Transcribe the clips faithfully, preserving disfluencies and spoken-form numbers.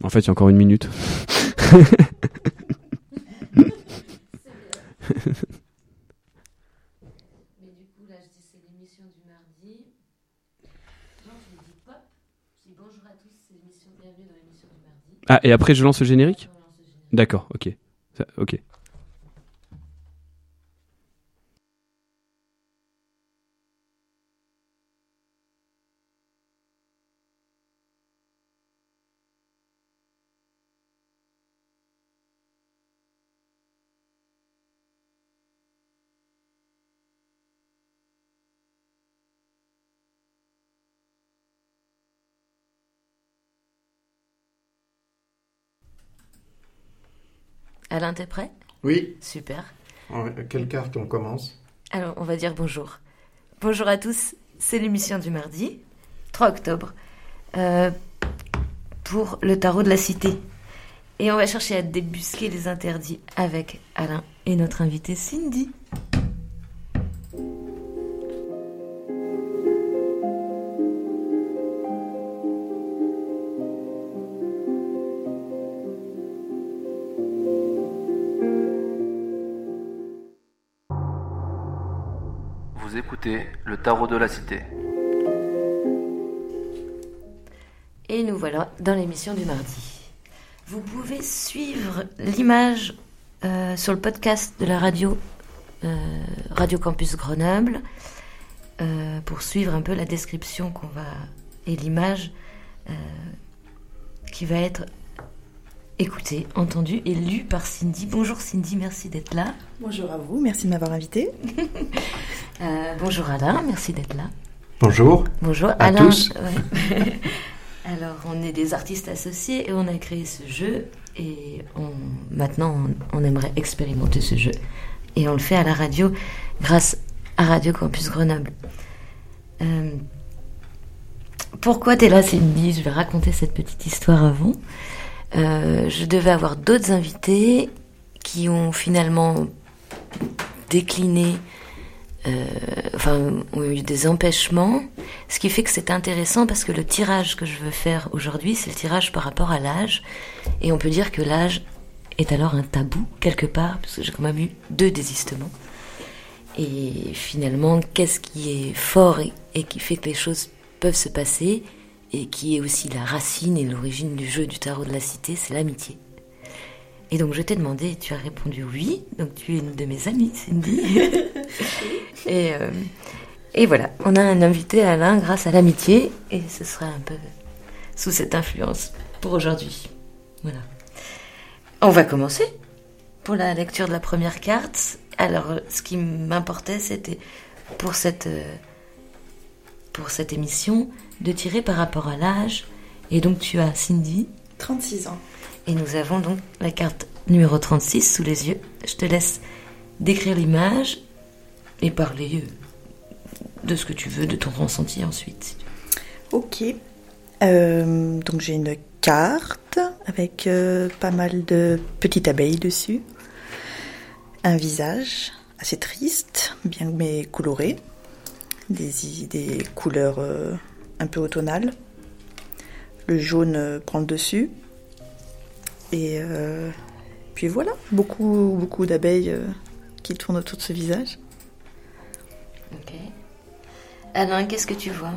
En fait, il y a encore une minute. Ah, et après, je lance le générique ? D'accord, ok. Ça, ok. Alain, t'es prêt ? Oui. Super. Quelle carte on commence ? Alors, on va dire bonjour. Bonjour à tous, c'est l'émission du mardi, trois octobre, euh, pour le tarot de la cité. Et on va chercher à débusquer les interdits avec Alain et notre invitée Cindy. Vous écoutez le tarot de la cité. Et nous voilà dans l'émission du mardi. Vous pouvez suivre l'image euh, sur le podcast de la radio euh, Radio Campus Grenoble euh, pour suivre un peu la description qu'on va et l'image euh, qui va être écoutée, entendue et lue par Cindy. Bonjour Cindy, merci d'être là. Bonjour à vous, merci de m'avoir invitée. euh, bonjour Alain, merci d'être là. Bonjour. Bonjour à Alain. tous. Ouais. Alors, on est des artistes associés et on a créé ce jeu. Et on, maintenant, on, on aimerait expérimenter ce jeu. Et on le fait à la radio grâce à Radio Campus Grenoble. Euh, pourquoi t'es là, Cindy ? Je vais raconter cette petite histoire avant. Euh, je devais avoir d'autres invités qui ont finalement décliné, euh, enfin, ont eu des empêchements, ce qui fait que c'est intéressant parce que le tirage que je veux faire aujourd'hui, c'est le tirage par rapport à l'âge, et on peut dire que l'âge est alors un tabou quelque part, parce que j'ai quand même eu deux désistements. Et finalement, qu'est-ce qui est fort et, et qui fait que les choses peuvent se passer, et qui est aussi la racine et l'origine du jeu du tarot de la cité, c'est l'amitié. Et donc je t'ai demandé, et tu as répondu oui, donc tu es une de mes amies, Cindy. et, euh, et voilà, on a un invité, Alain, grâce à l'amitié, et ce sera un peu sous cette influence pour aujourd'hui. Voilà. On va commencer pour la lecture de la première carte. Alors, ce qui m'importait, c'était pour cette, pour cette émission, de tirer par rapport à l'âge. Et donc tu as Cindy. trente-six ans. Et nous avons donc la carte numéro trente-six sous les yeux. Je te laisse décrire l'image et parler de ce que tu veux, de ton ressenti ensuite. Ok. Euh, donc j'ai une carte avec euh, pas mal de petites abeilles dessus. Un visage assez triste, bien mais coloré. Des, des couleurs euh, un peu automnales. Le jaune euh, prend le dessus. Et euh, puis voilà, beaucoup, beaucoup d'abeilles euh, qui tournent autour de ce visage. Ok. Alain, qu'est-ce que tu vois ?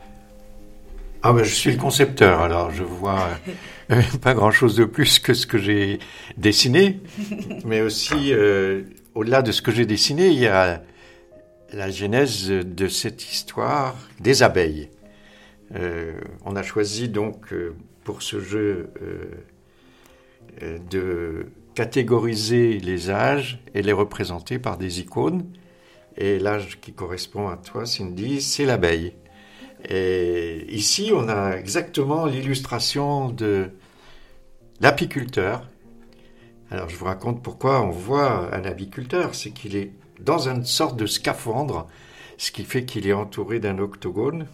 Ah ben, je suis le concepteur, alors je vois euh, pas grand-chose de plus que ce que j'ai dessiné, mais aussi, euh, au-delà de ce que j'ai dessiné, il y a la genèse de cette histoire des abeilles. Euh, on a choisi donc euh, pour ce jeu euh, euh, de catégoriser les âges et les représenter par des icônes. Et l'âge qui correspond à toi, Cindy, c'est l'abeille. Et ici, on a exactement l'illustration de l'apiculteur. Alors, je vous raconte pourquoi on voit un apiculteur. C'est qu'il est dans une sorte de scaphandre, ce qui fait qu'il est entouré d'un octogone,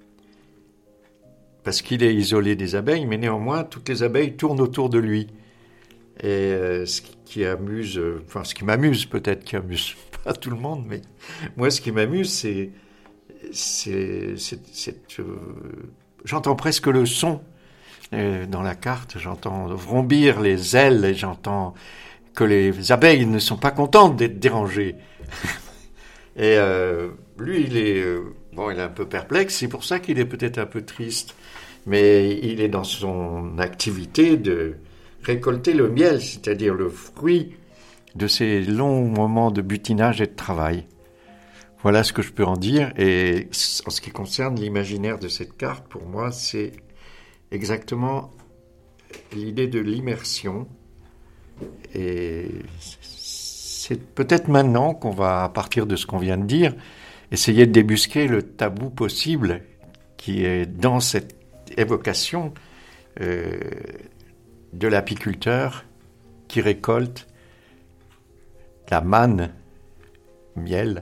parce qu'il est isolé des abeilles, mais néanmoins, toutes les abeilles tournent autour de lui. Et euh, ce qui amuse, euh, enfin, ce qui m'amuse peut-être, qui amuse pas tout le monde, mais moi, ce qui m'amuse, c'est C'est, c'est, c'est, euh, j'entends presque le son euh, dans la carte, j'entends vrombir les ailes et j'entends que les abeilles ne sont pas contentes d'être dérangées. Et euh, lui, il est, euh, bon, il est un peu perplexe, c'est pour ça qu'il est peut-être un peu triste, mais il est dans son activité de récolter le miel, c'est-à-dire le fruit de ces longs moments de butinage et de travail. Voilà ce que je peux en dire. Et en ce qui concerne l'imaginaire de cette carte, pour moi, c'est exactement l'idée de l'immersion. Et c'est peut-être maintenant qu'on va, à partir de ce qu'on vient de dire, essayer de débusquer le tabou possible qui est dans cette évocation euh, de l'apiculteur qui récolte la manne, miel,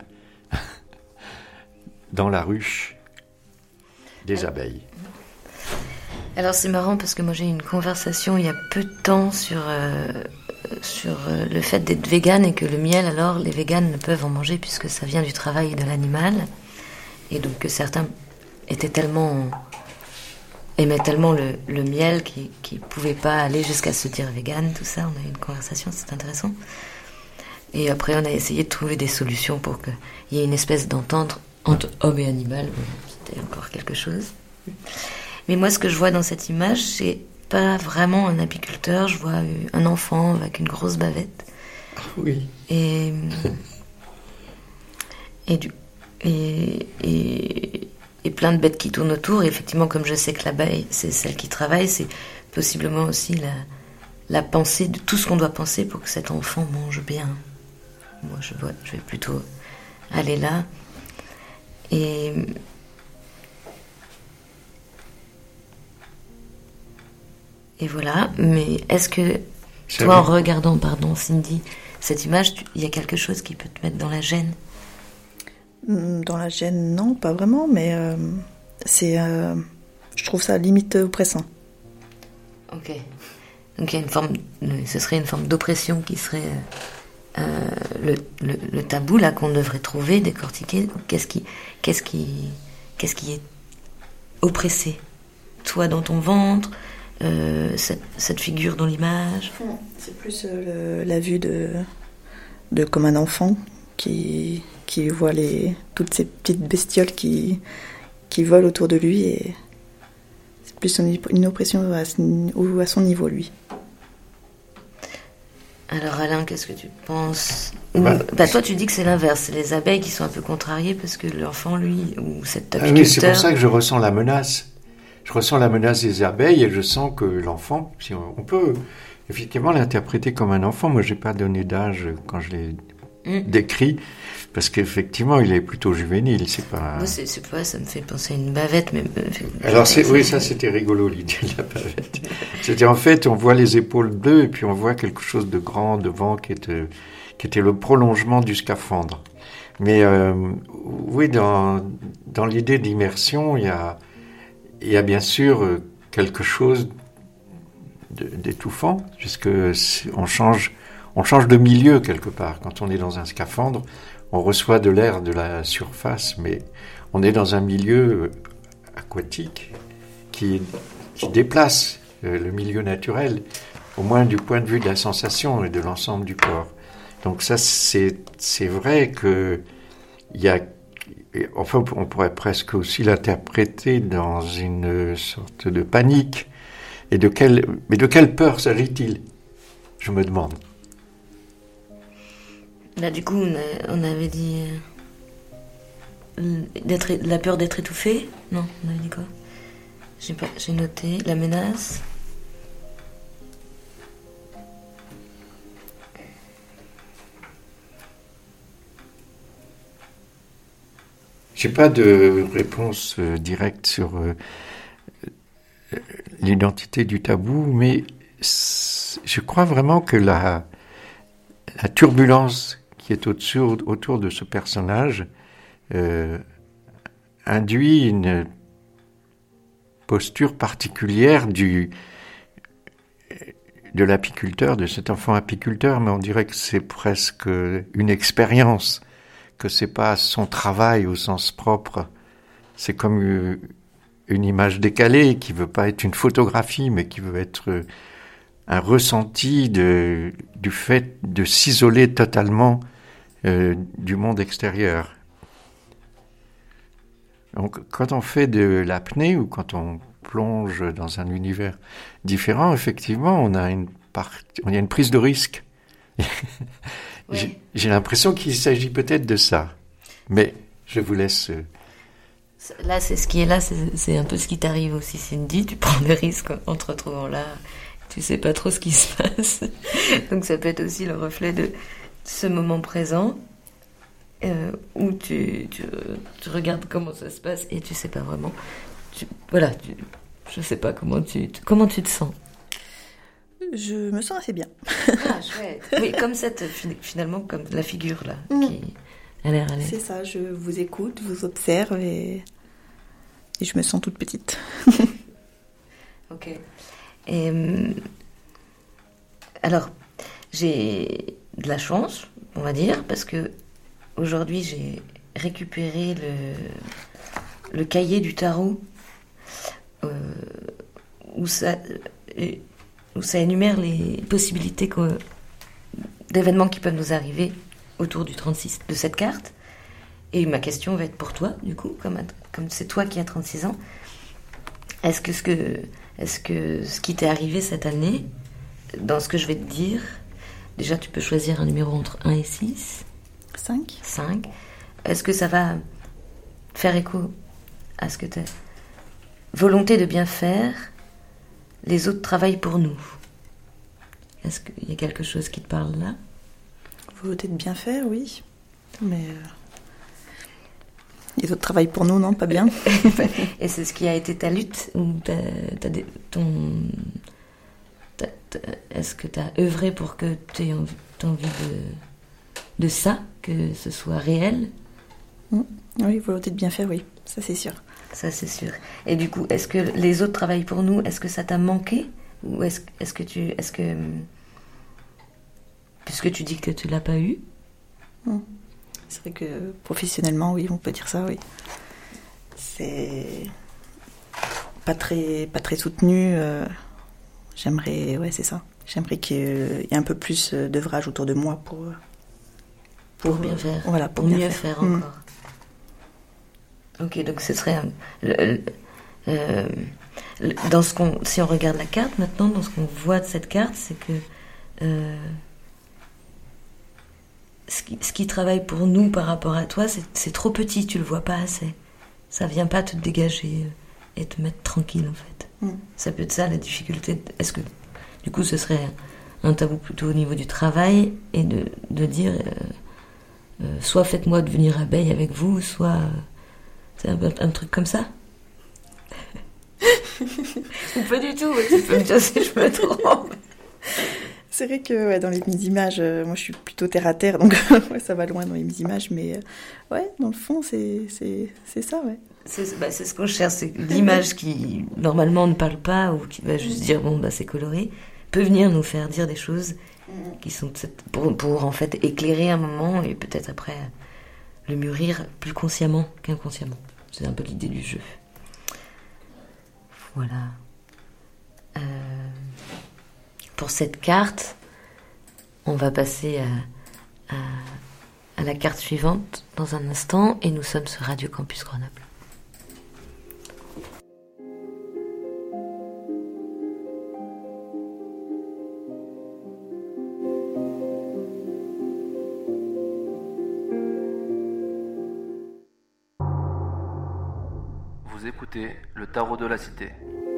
dans la ruche des Alors, abeilles. Alors c'est marrant parce que moi j'ai eu une conversation il y a peu de temps sur, euh, sur euh, le fait d'être végane et que le miel, alors les véganes ne peuvent en manger puisque ça vient du travail de l'animal. Et donc que certains étaient tellement, aimaient tellement le, le miel qu'ils ne pouvaient pas aller jusqu'à se dire végane, tout ça. On a eu une conversation, c'est intéressant. Et après on a essayé de trouver des solutions pour qu'il y ait une espèce d'entente entre homme et animal. C'était encore quelque chose. Mais moi, ce que je vois dans cette image, c'est pas vraiment un apiculteur. Je vois un enfant avec une grosse bavette. Oui. Et et du et, et et plein de bêtes qui tournent autour. Et effectivement, comme je sais que l'abeille, c'est celle qui travaille, c'est possiblement aussi la la pensée de tout ce qu'on doit penser pour que cet enfant mange bien. Moi, je vois, je vais plutôt aller là. Et Et voilà, mais est-ce que C'est toi, en vrai. regardant, pardon, Cindy, cette image, tu- il y a quelque chose qui peut te mettre dans la gêne? Hmm, Dans la gêne, non, pas vraiment, mais euh, c'est, euh, je trouve ça limite oppressant. Ok. Donc il y a une forme, ce serait une forme d'oppression qui serait euh, euh, le, le, le tabou là qu'on devrait trouver, décortiquer. Qu'est-ce qui, qu'est-ce qui, qu'est-ce qui est oppressé? Toi dans ton ventre, euh, cette, cette figure dans l'image. C'est plus euh, le- la vue de, de comme un enfant qui, qui voit les, toutes ces petites bestioles qui, qui volent autour de lui, et c'est plus une, une oppression à, ce- ou à son niveau, lui. Alors Alain, qu'est-ce que tu penses? Ou- Bah, bah, toi tu dis que c'est l'inverse, c'est les abeilles qui sont un peu contrariées parce que l'enfant lui, ou cet Ah apiculteur... oui, c'est pour ça que je ressens la menace. Je ressens la menace des abeilles et je sens que l'enfant, si on, on peut effectivement l'interpréter comme un enfant. Moi, j'ai pas donné d'âge quand je l'ai Mm. décrit, parce qu'effectivement, il est plutôt juvénile. C'est pas. Moi, c'est, c'est pas, ça me fait penser à une bavette, mais... Alors, c'est, oui, ça, c'était rigolo, l'idée de la bavette. C'est-à-dire, en fait, on voit les épaules bleues et puis on voit quelque chose de grand devant qui était, qui était le prolongement du scaphandre. Mais, euh, oui, dans, dans l'idée d'immersion, il y a, il y a bien sûr quelque chose de, d'étouffant, puisque on change, on change de milieu quelque part. Quand on est dans un scaphandre, on reçoit de l'air de la surface, mais on est dans un milieu aquatique qui, qui déplace euh, le milieu naturel, au moins du point de vue de la sensation et de l'ensemble du corps. Donc ça, c'est, c'est vrai que il y a, enfin, on pourrait presque aussi l'interpréter dans une sorte de panique. Et de quelle, mais de quelle peur s'agit-il? Je me demande. Là, du coup, on, a- on avait dit... euh, d'être, la peur d'être étouffé? Non, on avait dit quoi? J'ai, pas, j'ai noté la menace. J'ai pas de réponse euh, directe sur euh, l'identité du tabou, mais c- je crois vraiment que la, la turbulence qui est au-dessus, autour de ce personnage euh, induit une posture particulière du, de l'apiculteur, de cet enfant apiculteur, mais on dirait que c'est presque une expérience, que c'est pas son travail au sens propre. C'est comme une image décalée, qui veut pas être une photographie, mais qui veut être un ressenti de, du fait de s'isoler totalement euh, du monde extérieur. Donc, quand on fait de l'apnée ou quand on plonge dans un univers différent, effectivement, on a une partie, on a une prise de risque. Oui. J'ai, j'ai l'impression qu'il s'agit peut-être de ça, mais je vous laisse. Là, c'est ce qui est là, c'est, c'est un peu ce qui t'arrive aussi, Cindy. Tu prends des risques en te retrouvant là. Tu sais pas trop ce qui se passe. Donc ça peut être aussi le reflet de ce moment présent euh, où tu, tu, tu regardes comment ça se passe et tu sais pas vraiment. Tu, voilà, tu, je sais pas comment tu, tu, comment tu te sens. Je me sens assez bien. Ah, chouette. Oui, comme cette, finalement, comme la figure là, Mmh. qui a l'air à l'aise. C'est ça, je vous écoute, vous observe et, et je me sens toute petite. Ok. Et, euh, alors, j'ai de la chance, on va dire, parce que aujourd'hui j'ai récupéré le, le cahier du tarot euh, où, ça, euh, où ça énumère les possibilités que, d'événements qui peuvent nous arriver autour du trente-six de cette carte. Et ma question va être pour toi, du coup, comme, comme c'est toi qui as trente-six ans. Est-ce que ce que Est-ce que ce qui t'est arrivé cette année, dans ce que je vais te dire, déjà tu peux choisir un numéro entre un et six, cinq. cinq. Est-ce que ça va faire écho à ce que tu as volonté de bien faire, les autres travaillent pour nous? Est-ce qu'il y a quelque chose qui te parle là? Volonté de bien faire, oui. Mais euh, les autres travaillent pour nous, non? Pas bien. Et c'est ce qui a été ta lutte ou t'as, t'as des, ton, t'as, t'as, est-ce que tu as œuvré pour que tu aies envie, envie de, de ça, que ce soit réel? Mmh. Oui, volonté de bien faire, oui. Ça, c'est sûr. Ça, c'est sûr. Et du coup, est-ce que les autres travaillent pour nous? Est-ce que ça t'a manqué? Ou est-ce, est-ce que tu... Est-ce que... Puisque tu dis que tu l'as pas eu? Mmh. C'est vrai que professionnellement, oui, on peut dire ça, oui. C'est pas très, pas très soutenu. Euh, j'aimerais, ouais, c'est ça. J'aimerais qu'il y ait un peu plus d'œuvrage autour de moi pour... Pour, pour bien faire. Voilà, pour, pour bien mieux faire, faire mmh. encore. Ok, donc ce serait... Un, le, euh, le, dans ce qu'on, si on regarde la carte maintenant, dans ce qu'on voit de cette carte, c'est que... Euh, Ce qui, ce qui travaille pour nous par rapport à toi, c'est, c'est trop petit, tu le vois pas assez. Ça vient pas te dégager et te mettre tranquille en fait. Mm. Ça peut être ça la difficulté. Est-ce que du coup ce serait un tabou plutôt au niveau du travail et de, de dire euh, euh, soit faites-moi devenir abeille avec vous, soit euh, c'est un, un truc comme ça. Ou pas du tout, tu peux me dire si je me trompe. C'est vrai que ouais, dans les mises images, euh, moi je suis plutôt terre à terre, donc ouais, ça va loin dans les mises images, mais euh, ouais, dans le fond, c'est, c'est, c'est ça, ouais. C'est, bah, c'est ce qu'on cherche, c'est l'image qui normalement ne parle pas ou qui va juste dire bon bah c'est coloré, peut venir nous faire dire des choses qui sont pour, pour en fait éclairer un moment et peut-être après le mûrir plus consciemment qu'inconsciemment. C'est un peu l'idée du jeu. Voilà. Euh... Pour cette carte, on va passer à, à, à la carte suivante dans un instant et nous sommes sur Radio Campus Grenoble. Vous écoutez le Tarot de la Cité.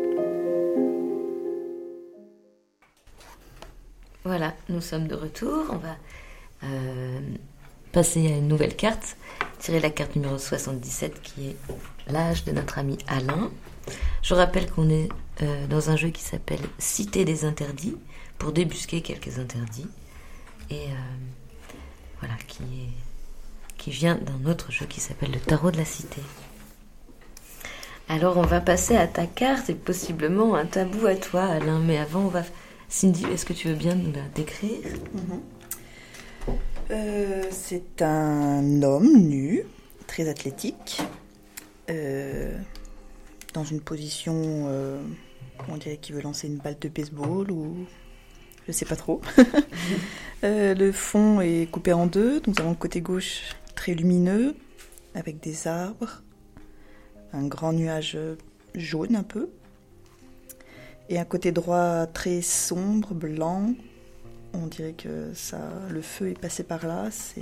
Voilà, nous sommes de retour. On va euh, passer à une nouvelle carte. Tirer la carte numéro soixante-dix-sept qui est l'âge de notre ami Alain. Je rappelle qu'on est euh, dans un jeu qui s'appelle Cité des interdits pour débusquer quelques interdits. Et euh, voilà, qui, est, qui vient d'un autre jeu qui s'appelle le Tarot de la Cité. Alors on va passer à ta carte et possiblement un tabou à toi Alain. Mais avant on va... Cindy, est-ce que tu veux bien nous la décrire? Mmh. euh, C'est un homme nu, très athlétique, euh, dans une position, euh, on dirait qu'il veut lancer une balle de baseball ou je sais pas trop. euh, le fond est coupé en deux, donc nous avons le côté gauche très lumineux avec des arbres, un grand nuage jaune un peu, et un côté droit très sombre, blanc. On dirait que ça, le feu est passé par là. C'est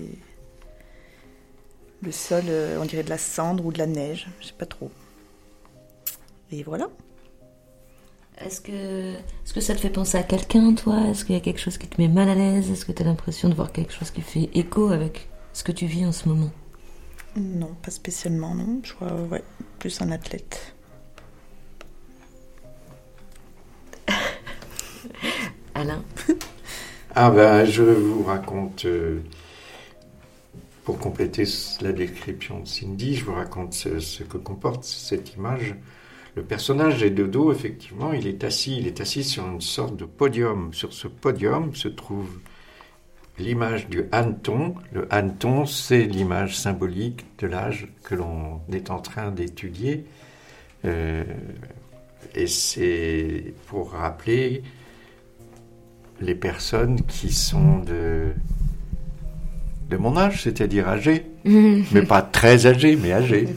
le sol, on dirait de la cendre ou de la neige, je sais pas trop. Et voilà. Est-ce que, est-ce que ça te fait penser à quelqu'un, toi? Est-ce qu'il y a quelque chose qui te met mal à l'aise? Est-ce que tu as l'impression de voir quelque chose qui fait écho avec ce que tu vis en ce moment? Non, pas spécialement, non. Je vois, ouais, plus un athlète. Alain? Ah ben, je vous raconte, euh, pour compléter la description de Cindy, je vous raconte ce, ce que comporte cette image. Le personnage est de dos, effectivement, il est assis, il est assis sur une sorte de podium. Sur ce podium se trouve l'image du hanneton. Le hanneton, c'est l'image symbolique de l'âge que l'on est en train d'étudier. Euh, et c'est pour rappeler les personnes qui sont de, de mon âge, c'est-à-dire âgées, mais pas très âgées, mais âgées.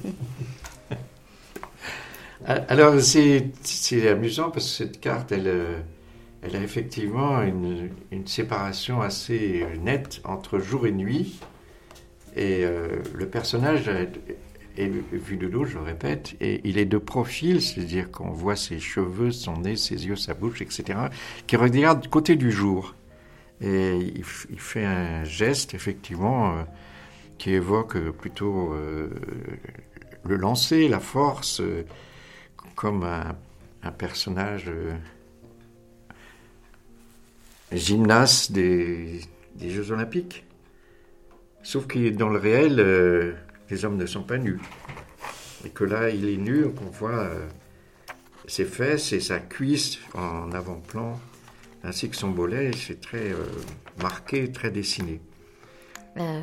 Alors, c'est, c'est amusant parce que cette carte, elle, elle a effectivement une, une séparation assez nette entre jour et nuit. Et euh, le personnage est, est vu de dos, je le répète, et il est de profil, c'est-à-dire qu'on voit ses cheveux, son nez, ses yeux, sa bouche, et cetera, qui regarde du côté du jour. Et il, il fait un geste, effectivement, euh, qui évoque plutôt euh, le lancer, la force, euh, comme un, un personnage euh, gymnaste des, des Jeux Olympiques. Sauf que dans le réel, euh, les hommes ne sont pas nus. Et que là, il est nu, qu'on voit euh, ses fesses et sa cuisse en avant-plan, ainsi que son bolet, c'est très euh, marqué, très dessiné. Euh...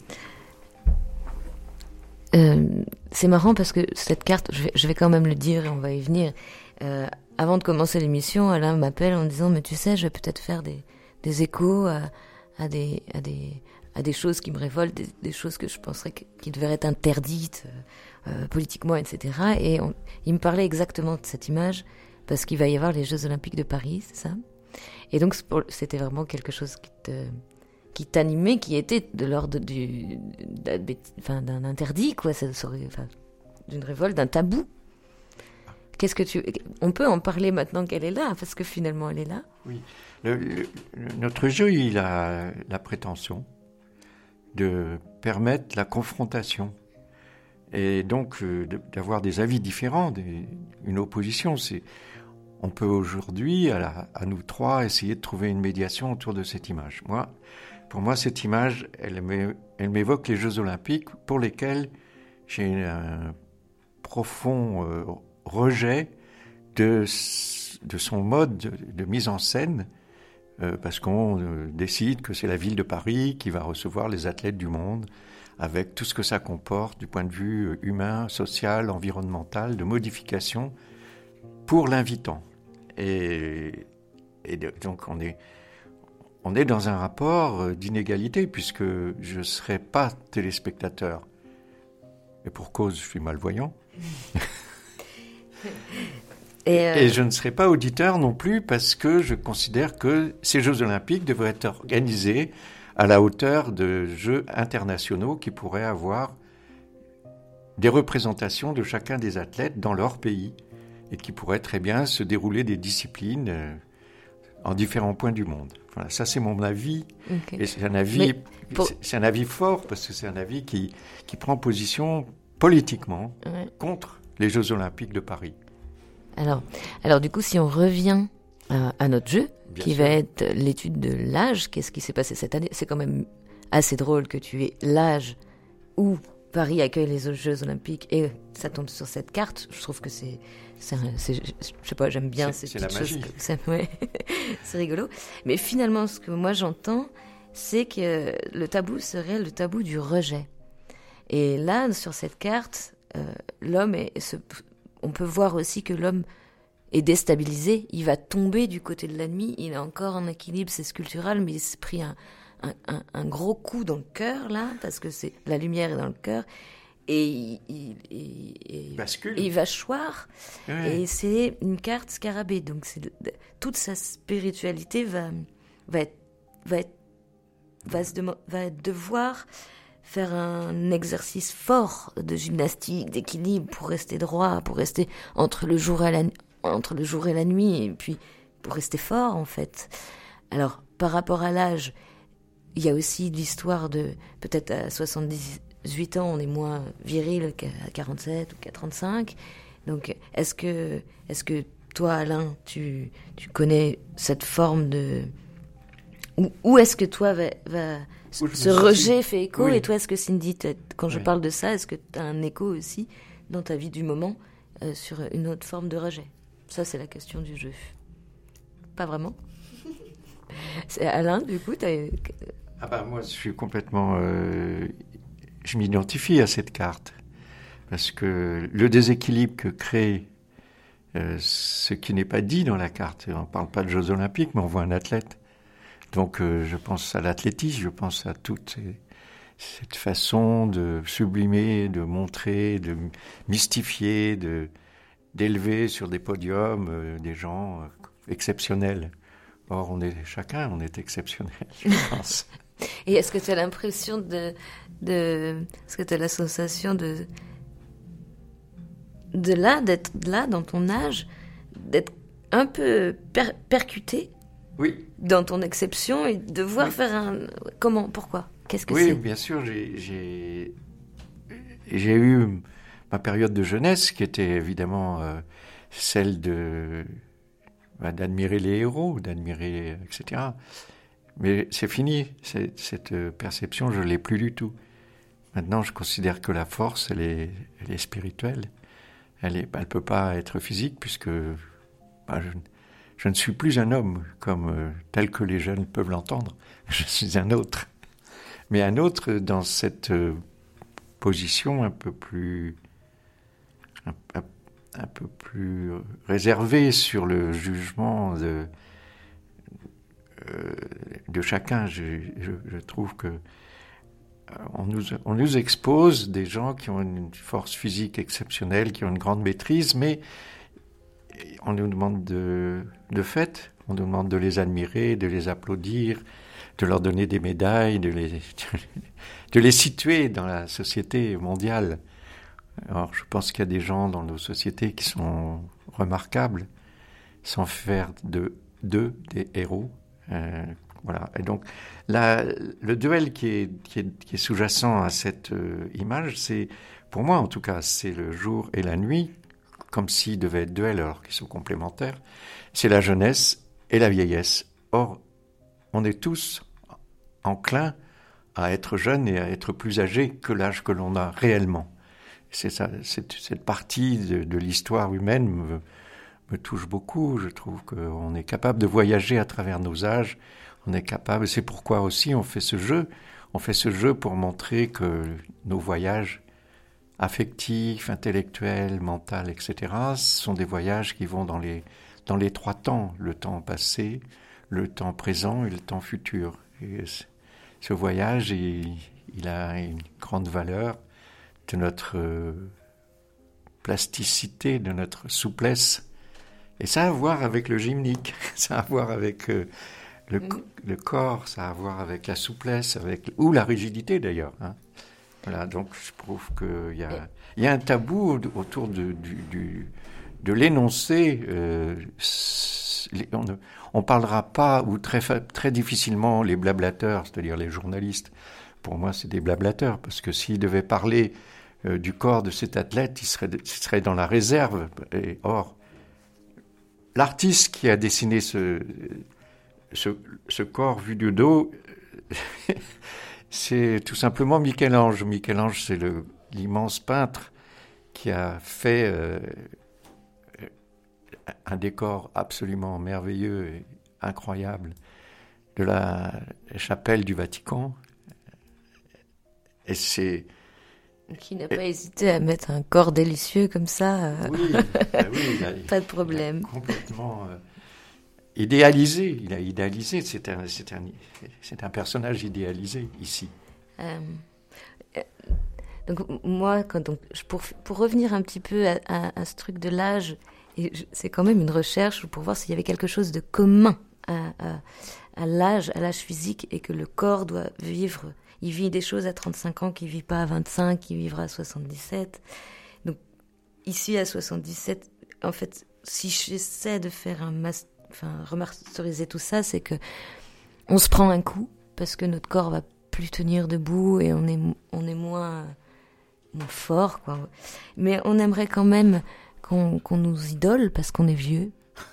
Euh, c'est marrant parce que cette carte, je vais, je vais quand même le dire et on va y venir. Euh, avant de commencer l'émission, Alain m'appelle en disant « Mais tu sais, je vais peut-être faire des, des échos à, à, des, à, des, à des choses qui me révoltent, des, des choses que je penserais que, qui devraient être interdites euh, politiquement, et cetera » Et on, il me parlait exactement de cette image parce qu'il va y avoir les Jeux Olympiques de Paris, c'est ça? Et donc c'était vraiment quelque chose qui te... qui t'animait, qui était de l'ordre du, enfin, d'un interdit, quoi, ça serait, enfin, d'une révolte, d'un tabou. Qu'est-ce que tu, on peut en parler maintenant qu'elle est là, parce que finalement elle est là. Oui, le, le, notre jeu, il a la prétention de permettre la confrontation et donc euh, d'avoir des avis différents, des, une opposition. C'est, on peut aujourd'hui, à, la, à nous trois, essayer de trouver une médiation autour de cette image. Moi. Pour moi, cette image, elle, elle m'évoque les Jeux Olympiques pour lesquels j'ai un profond euh, rejet de, de son mode de, de mise en scène, euh, parce qu'on euh, décide que c'est la ville de Paris qui va recevoir les athlètes du monde, avec tout ce que ça comporte du point de vue humain, social, environnemental, de modification, pour l'invitant. Et, et de, donc on est... On est dans un rapport d'inégalité, puisque je ne serai pas téléspectateur. Et pour cause, je suis malvoyant. Et, euh... Et je ne serai pas auditeur non plus, parce que je considère que ces Jeux Olympiques devraient être organisés à la hauteur de Jeux internationaux qui pourraient avoir des représentations de chacun des athlètes dans leur pays, et qui pourraient très bien se dérouler des disciplines en différents points du monde. Voilà, ça c'est mon avis, okay. Et c'est un avis, pour... c'est, c'est un avis fort parce que c'est un avis qui qui prend position politiquement ouais. contre les Jeux Olympiques de Paris. Alors, alors du coup, si on revient à, à notre jeu, Bien qui sûr. va être l'étude de l'âge, qu'est-ce qui s'est passé cette année? C'est quand même assez drôle que tu aies l'âge où Paris accueille les Jeux Olympiques et ça tombe sur cette carte. Je trouve que c'est, c'est, c'est je sais pas, j'aime bien c'est, ces c'est petites choses. C'est ouais. C'est rigolo. Mais finalement, ce que moi j'entends, c'est que le tabou serait le tabou du rejet. Et là, sur cette carte, euh, l'homme est, se, on peut voir aussi que l'homme est déstabilisé, il va tomber du côté de l'ennemi, il est encore en équilibre, c'est sculptural, mais il s'est pris un, un, un, un gros coup dans le cœur, là, parce que c'est la lumière est dans le cœur, et il, il, il, il, bascule. Il va choir, Ouais. et c'est une carte scarabée, donc c'est, toute sa spiritualité va, va, être, va, être, va, se dema- va devoir faire un exercice fort de gymnastique, d'équilibre, pour rester droit, pour rester entre le jour et la, entre le jour et la nuit, et puis pour rester fort, en fait. Alors, par rapport à l'âge, il y a aussi l'histoire de, peut-être à soixante-dix-huit ans, on est moins viril qu'à quarante-sept ou qu'à trente-cinq. Donc, est-ce que, est-ce que toi, Alain, tu, tu connais cette forme de... Ou, ou est-ce que toi, va, va, Où je ce me rejet situe. fait écho, Oui. et toi, est-ce que Cindy, t'as- quand je Oui. parle de ça, est-ce que tu as un écho aussi dans ta vie du moment euh, sur une autre forme de rejet? Ça, c'est la question du jeu. Pas vraiment. C'est Alain, du coup, t'as... Ah bah moi, je suis complètement... euh, je m'identifie à cette carte. Parce que le déséquilibre que crée euh, ce qui n'est pas dit dans la carte, on ne parle pas de Jeux Olympiques, mais on voit un athlète. Donc euh, je pense à l'athlétisme, je pense à toute ces- cette façon de sublimer, de montrer, de mystifier, de, d'élever sur des podiums euh, des gens euh, exceptionnels. Or, on est chacun, on est exceptionnel, je pense. Et est-ce que tu as l'impression de... de... Est-ce que tu as la sensation de... de là, d'être là, dans ton âge, d'être un peu per- percuté Oui, dans ton exception et de devoir Oui. faire un... Comment? Pourquoi? Qu'est-ce que oui, c'est? bien sûr, j'ai, j'ai, j'ai eu ma période de jeunesse qui était évidemment euh, celle de, bah, d'admirer les héros, d'admirer, et cetera. Mais c'est fini, c'est, cette euh, perception, je ne l'ai plus du tout. Maintenant, je considère que la force, elle est, elle est spirituelle. Elle ne elle peut pas être physique puisque bah, je, je ne suis plus un homme comme euh, tel que les jeunes peuvent l'entendre. Je suis un autre. Mais un autre dans cette euh, position un peu plus un, un, un peu plus réservée sur le jugement de euh, de chacun. Je, je, je trouve que on nous, on nous expose des gens qui ont une force physique exceptionnelle, qui ont une grande maîtrise, mais on nous demande de, de fait, on nous demande de les admirer, de les applaudir, de leur donner des médailles, de les, de les situer dans la société mondiale. Alors, je pense qu'il y a des gens dans nos sociétés qui sont remarquables, sans faire de d'eux des héros. Euh, voilà. Et donc, la, le duel qui est, qui est, qui est sous-jacent à cette euh, image, c'est, pour moi en tout cas, c'est le jour et la nuit, comme s'ils devaient être duels alors qu'ils sont complémentaires. C'est la jeunesse et la vieillesse. Or, on est tous enclins à être jeunes et à être plus âgés que l'âge que l'on a réellement. C'est ça, cette, cette partie de, de l'histoire humaine me, me touche beaucoup. Je trouve qu'on est capable de voyager à travers nos âges. On est capable, c'est pourquoi aussi on fait ce jeu. On fait ce jeu pour montrer que nos voyages affectifs, intellectuels, mentaux, et cetera, sont des voyages qui vont dans les, dans les trois temps. Le temps passé, le temps présent et le temps futur. Et ce voyage, il, il a une grande valeur de notre euh, plasticité, de notre souplesse. Et ça a à voir avec le gymnique, ça a à voir avec euh, le, mmh. le corps, ça a à voir avec la souplesse, avec, ou la rigidité d'ailleurs. Hein. Voilà, donc je trouve qu'il y a, il y a un tabou autour de, du, du, de l'énoncé. Euh, on ne on parlera pas, ou très, très difficilement, les blablateurs, c'est-à-dire les journalistes. Pour moi, c'est des blablateurs, parce que s'ils devaient parler euh, du corps de cet athlète, il serait, il serait dans la réserve. Et, or, l'artiste qui a dessiné ce, ce, ce corps vu du dos, c'est tout simplement Michel-Ange. Michel-Ange, c'est le, l'immense peintre qui a fait euh, un décor absolument merveilleux et incroyable de la chapelle du Vatican. Et c'est, Qui n'a pas et... hésité à mettre un corps délicieux comme ça. Euh... Oui, bah oui il a, pas de problème. Il a complètement euh, idéalisé. Il a idéalisé. C'est un, c'est un, c'est un personnage idéalisé ici. Euh, donc moi, quand, donc, pour, pour revenir un petit peu à, à, à ce truc de l'âge, et je, c'est quand même une recherche pour voir s'il y avait quelque chose de commun à, à, à l'âge, à l'âge physique, et que le corps doit vivre. Il vit des choses à trente-cinq ans qu'il ne vit pas à vingt-cinq, qu'il vivra à soixante-dix-sept. Donc, ici, à soixante-dix-sept, en fait, si j'essaie de faire un mas- enfin, remasteriser tout ça, c'est que on se prend un coup, parce que notre corps va plus tenir debout et on est, on est moins, moins fort, quoi. Mais on aimerait quand même qu'on, qu'on nous idole, parce qu'on est vieux.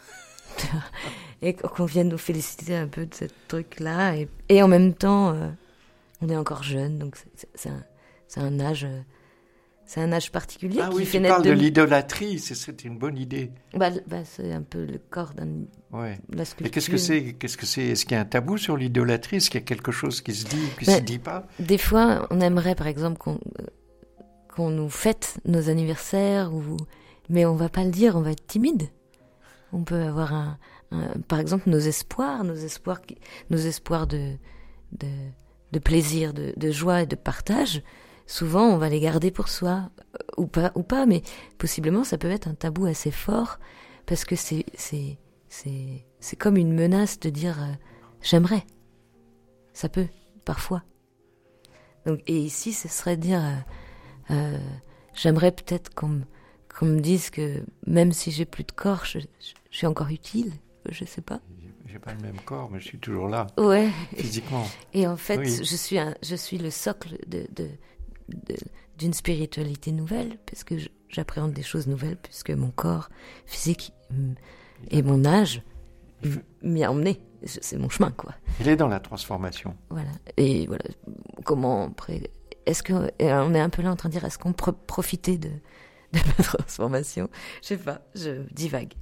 Et qu'on vienne nous féliciter un peu de ce truc-là. Et, et en même temps... Euh, on est encore jeune, donc c'est, c'est, un, c'est un âge, c'est un âge particulier. Ah qui oui, fait tu naître parles de, de l'idolâtrie, c'est, c'est une bonne idée. Bah, bah, c'est un peu le corps d'un. Ouais. La sculpture. Et qu'est-ce que c'est, qu'est-ce que c'est Est-ce qu'il y a un tabou sur l'idolâtrie? Est-ce qu'il y a quelque chose qui se dit ou qui bah, ne se dit pas? Des fois, on aimerait, par exemple, qu'on, qu'on nous fête nos anniversaires, ou... mais on va pas le dire, on va être timide. On peut avoir un, un par exemple, nos espoirs, nos espoirs, qui, nos espoirs de, de de plaisir, de, de joie et de partage, souvent on va les garder pour soi, ou pas, ou pas, mais possiblement ça peut être un tabou assez fort, parce que c'est, c'est, c'est, c'est comme une menace de dire euh, j'aimerais. Ça peut, parfois. Donc, et ici, ce serait de dire euh, euh, j'aimerais peut-être qu'on me, qu'on me dise que même si j'ai plus de corps, je, je, je suis encore utile, je sais pas. J'ai pas le même corps, mais je suis toujours là. Ouais. Physiquement. Et en fait, oui. je suis un, je suis le socle de, de, de, d'une spiritualité nouvelle, parce que je, j'appréhende des choses nouvelles, puisque mon corps physique et mon âge m'y a emmené. C'est mon chemin, quoi. Il est dans la transformation. Voilà. Et voilà. Comment après, est-ce que, on est un peu là en train de dire, est-ce qu'on peut profiter de, de ma transformation? Je sais pas, je divague.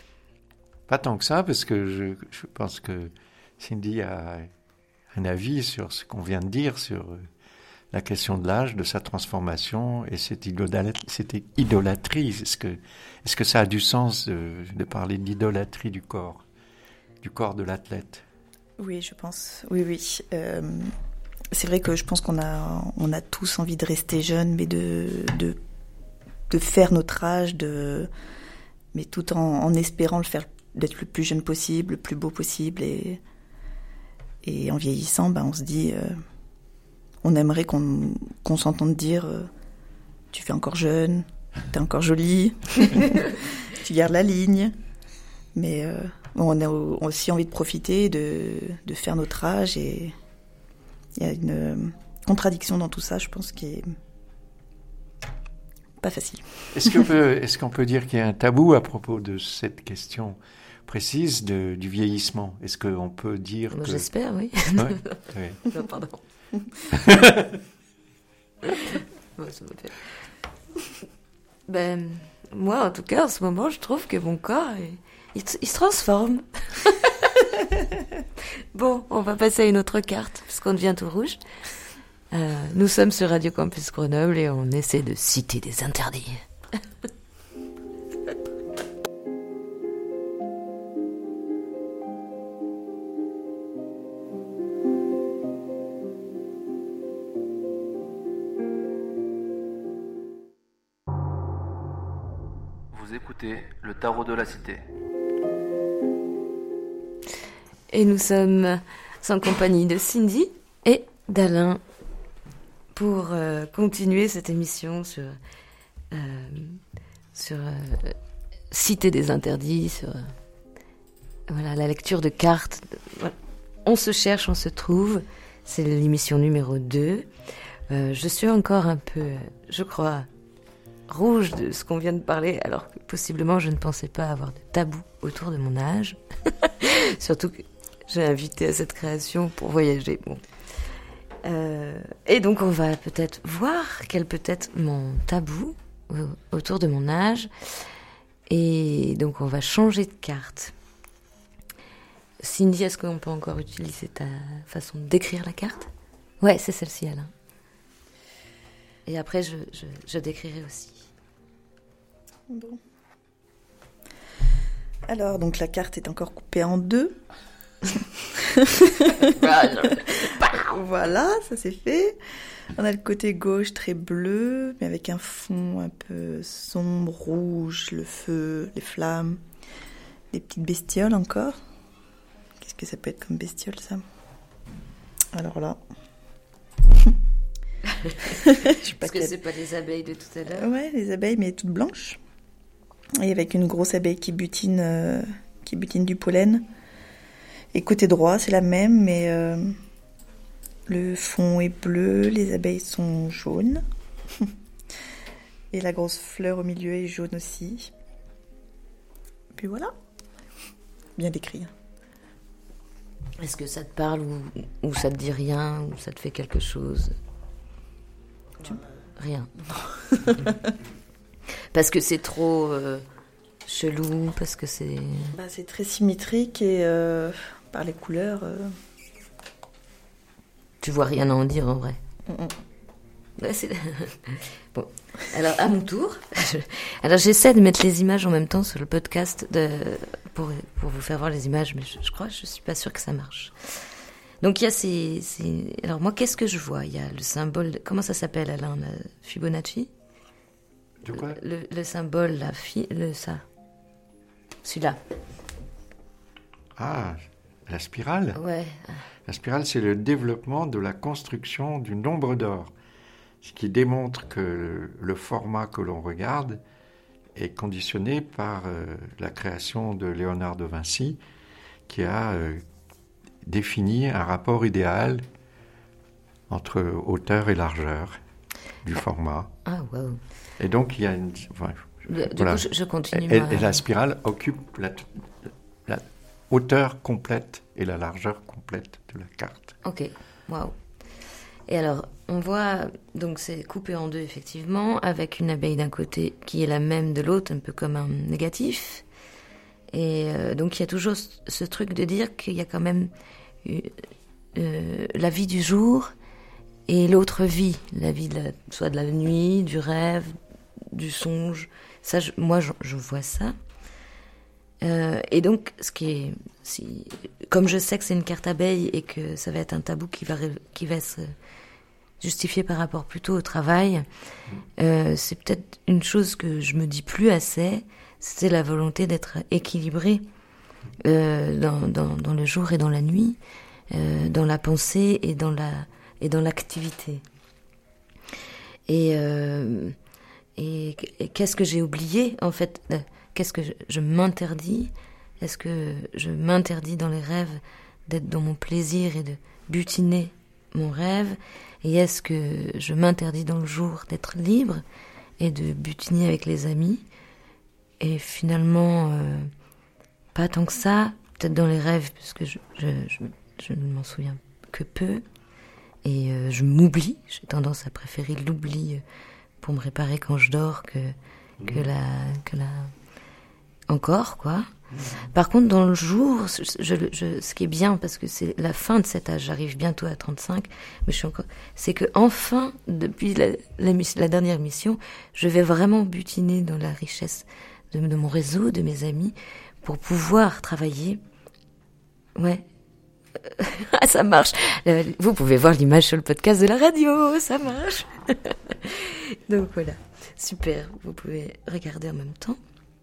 Pas tant que ça, parce que je, je pense que Cindy a un avis sur ce qu'on vient de dire, sur la question de l'âge, de sa transformation et cette, idolâtrie, cette idolâtrie. Est-ce que, est-ce que ça a du sens de, de parler de l'idolâtrie du corps, du corps de l'athlète? Oui, je pense. Oui, oui. Euh, c'est vrai que je pense qu'on a, on a tous envie de rester jeunes, mais de, de, de faire notre âge, de, mais tout en, en espérant le faire, d'être le plus jeune possible, le plus beau possible, et, et en vieillissant, ben, on se dit, euh, on aimerait qu'on, qu'on s'entende dire, euh, tu fais encore jeune, t'es encore jolie, tu gardes la ligne, mais euh, bon, on a aussi envie de profiter, de, de faire notre âge, et il y a une euh, contradiction dans tout ça, je pense, qui est pas facile. Est-ce qu'on peut, est-ce qu'on peut dire qu'il y a un tabou à propos de cette question précise de, du vieillissement? Est-ce qu'on peut dire Moi, que... J'espère, oui. Ouais, oui. Non, pardon. Bon, ça me fait... Ben, moi, en tout cas, en ce moment, je trouve que mon corps, il, il, il se transforme. Bon, on va passer à une autre carte, parce qu'on devient tout rouge. Euh, nous sommes sur Radio Campus Grenoble et on essaie de citer des interdits. Vous écoutez le Tarot de la Cité. Et nous sommes en compagnie de Cindy et d'Alain pour euh, continuer cette émission sur, euh, sur euh, citer des interdits, sur euh, voilà, la lecture de cartes. Voilà. On se cherche, on se trouve. C'est l'émission numéro deux. Euh, je suis encore un peu, je crois, rouge de ce qu'on vient de parler, alors que possiblement je ne pensais pas avoir de tabou autour de mon âge. Surtout que j'ai invité à cette création pour voyager. Bon. Euh, et donc on va peut-être voir quel peut être mon tabou euh, autour de mon âge. Et donc on va changer de carte. Cindy, est-ce qu'on peut encore utiliser ta façon de décrire la carte? Ouais, c'est celle-ci, Alain. Et après, je, je, je décrirai aussi. Bon. Alors, donc la carte est encore coupée en deux. Voilà, ça c'est fait. On a le côté gauche très bleu, mais avec un fond un peu sombre, rouge, le feu, les flammes, des petites bestioles encore. Qu'est-ce que ça peut être comme bestiole, ça? Alors là... Je sais pas Parce que quelle... c'est pas les abeilles de tout à l'heure. Ouais, les abeilles, mais toutes blanches. Et avec une grosse abeille qui butine, euh, qui butine du pollen. Et côté droit, c'est la même, mais euh, le fond est bleu, les abeilles sont jaunes. Et la grosse fleur au milieu est jaune aussi. Puis voilà. Bien décrit. Est-ce que ça te parle ou, ou ça te dit rien, ou ça te fait quelque chose? Tu... Rien. Parce que c'est trop euh, chelou, parce que c'est... Bah, c'est très symétrique et euh, par les couleurs... Euh... Tu vois rien à en dire en vrai. Mm-mm. Ouais, c'est... Bon, alors à mon tour, je... alors j'essaie de mettre les images en même temps sur le podcast de... pour, pour vous faire voir les images, mais je, je crois que je suis pas sûre que ça marche. Donc il y a ces, ces... Alors moi, qu'est-ce que je vois? Il y a le symbole... De... Comment ça s'appelle, Alain? Fibonacci? De quoi? le, le symbole, la fi... le ça. Celui-là. Ah, la spirale? Ouais. La spirale, c'est le développement de la construction du nombre d'or. Ce qui démontre que le format que l'on regarde est conditionné par euh, la création de Léonard de Vinci, qui a euh, défini un rapport idéal entre hauteur et largeur du format. Ah, waouh. Et donc, il y a une... Enfin, Du voilà. coup, je, je continue. Et, moi. et la spirale occupe la, la hauteur complète et la largeur complète de la carte. Ok, waouh. Et alors, on voit, donc c'est coupé en deux, effectivement, avec une abeille d'un côté qui est la même de l'autre, un peu comme un négatif. Et euh, donc, il y a toujours ce, ce truc de dire qu'il y a quand même euh, euh, la vie du jour et l'autre vie, la vie de la, soit de la nuit, du rêve, du songe. Ça, je, moi, je, je vois ça. Euh, et donc, ce qui est, si, comme je sais que c'est une carte abeille et que ça va être un tabou qui va, qui va se justifier par rapport plutôt au travail, euh, c'est peut-être une chose que je me dis plus assez, c'est la volonté d'être équilibré euh, dans, dans, dans le jour et dans la nuit, euh, dans la pensée et dans la et dans l'activité. Et, euh, et, et qu'est-ce que j'ai oublié en fait? Qu'est-ce que je, je m'interdis? Est-ce que je m'interdis dans les rêves d'être dans mon plaisir et de butiner mon rêve? Et est-ce que je m'interdis dans le jour d'être libre et de butiner avec les amis? Et finalement, euh, pas tant que ça, peut-être dans les rêves, parce que je, je, je, je ne m'en souviens que peu. Et euh, je m'oublie, j'ai tendance à préférer l'oubli pour me réparer quand je dors que, que la... Que la encore, quoi. Par contre, dans le jour, je, je, ce qui est bien, parce que c'est la fin de cet âge, j'arrive bientôt à trente-cinq, mais je suis encore, c'est que enfin, depuis la, la, la dernière mission, je vais vraiment butiner dans la richesse de, de mon réseau, de mes amis, pour pouvoir travailler. Ouais. Ah, ça marche. Vous pouvez voir l'image sur le podcast de la radio, ça marche. Donc voilà, super. Vous pouvez regarder en même temps.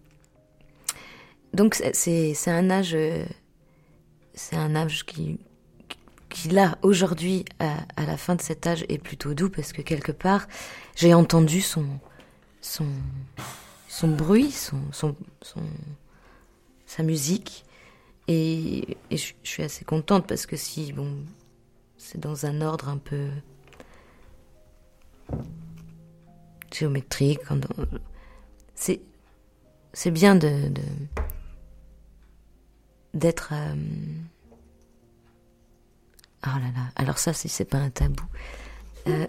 Donc c'est c'est un âge c'est un âge qui qui là aujourd'hui à, à la fin de cet âge est plutôt doux parce que quelque part j'ai entendu son son son bruit, son son, son sa musique et, et je, je suis assez contente parce que si bon c'est dans un ordre un peu géométrique, c'est c'est bien de, de d'être euh... oh là là, alors ça si c'est pas un tabou euh...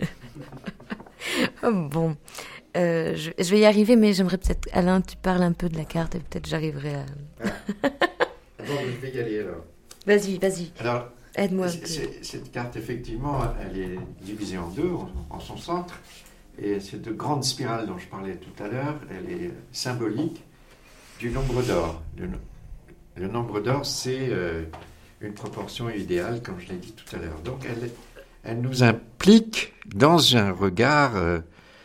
oh, bon euh, je, je vais y arriver mais j'aimerais peut-être Alain tu parles un peu de la carte et peut-être j'arriverai à ah. Bon, je vais y aller alors vas-y vas-y alors Aide-moi. C'est- c'est- Cette carte, effectivement, elle est divisée en deux, en, en son centre. Et cette grande spirale dont je parlais tout à l'heure, elle est symbolique du nombre d'or. Le, no- le nombre d'or, c'est euh, une proportion idéale, comme je l'ai dit tout à l'heure. Donc, elle, elle nous implique dans un regard euh,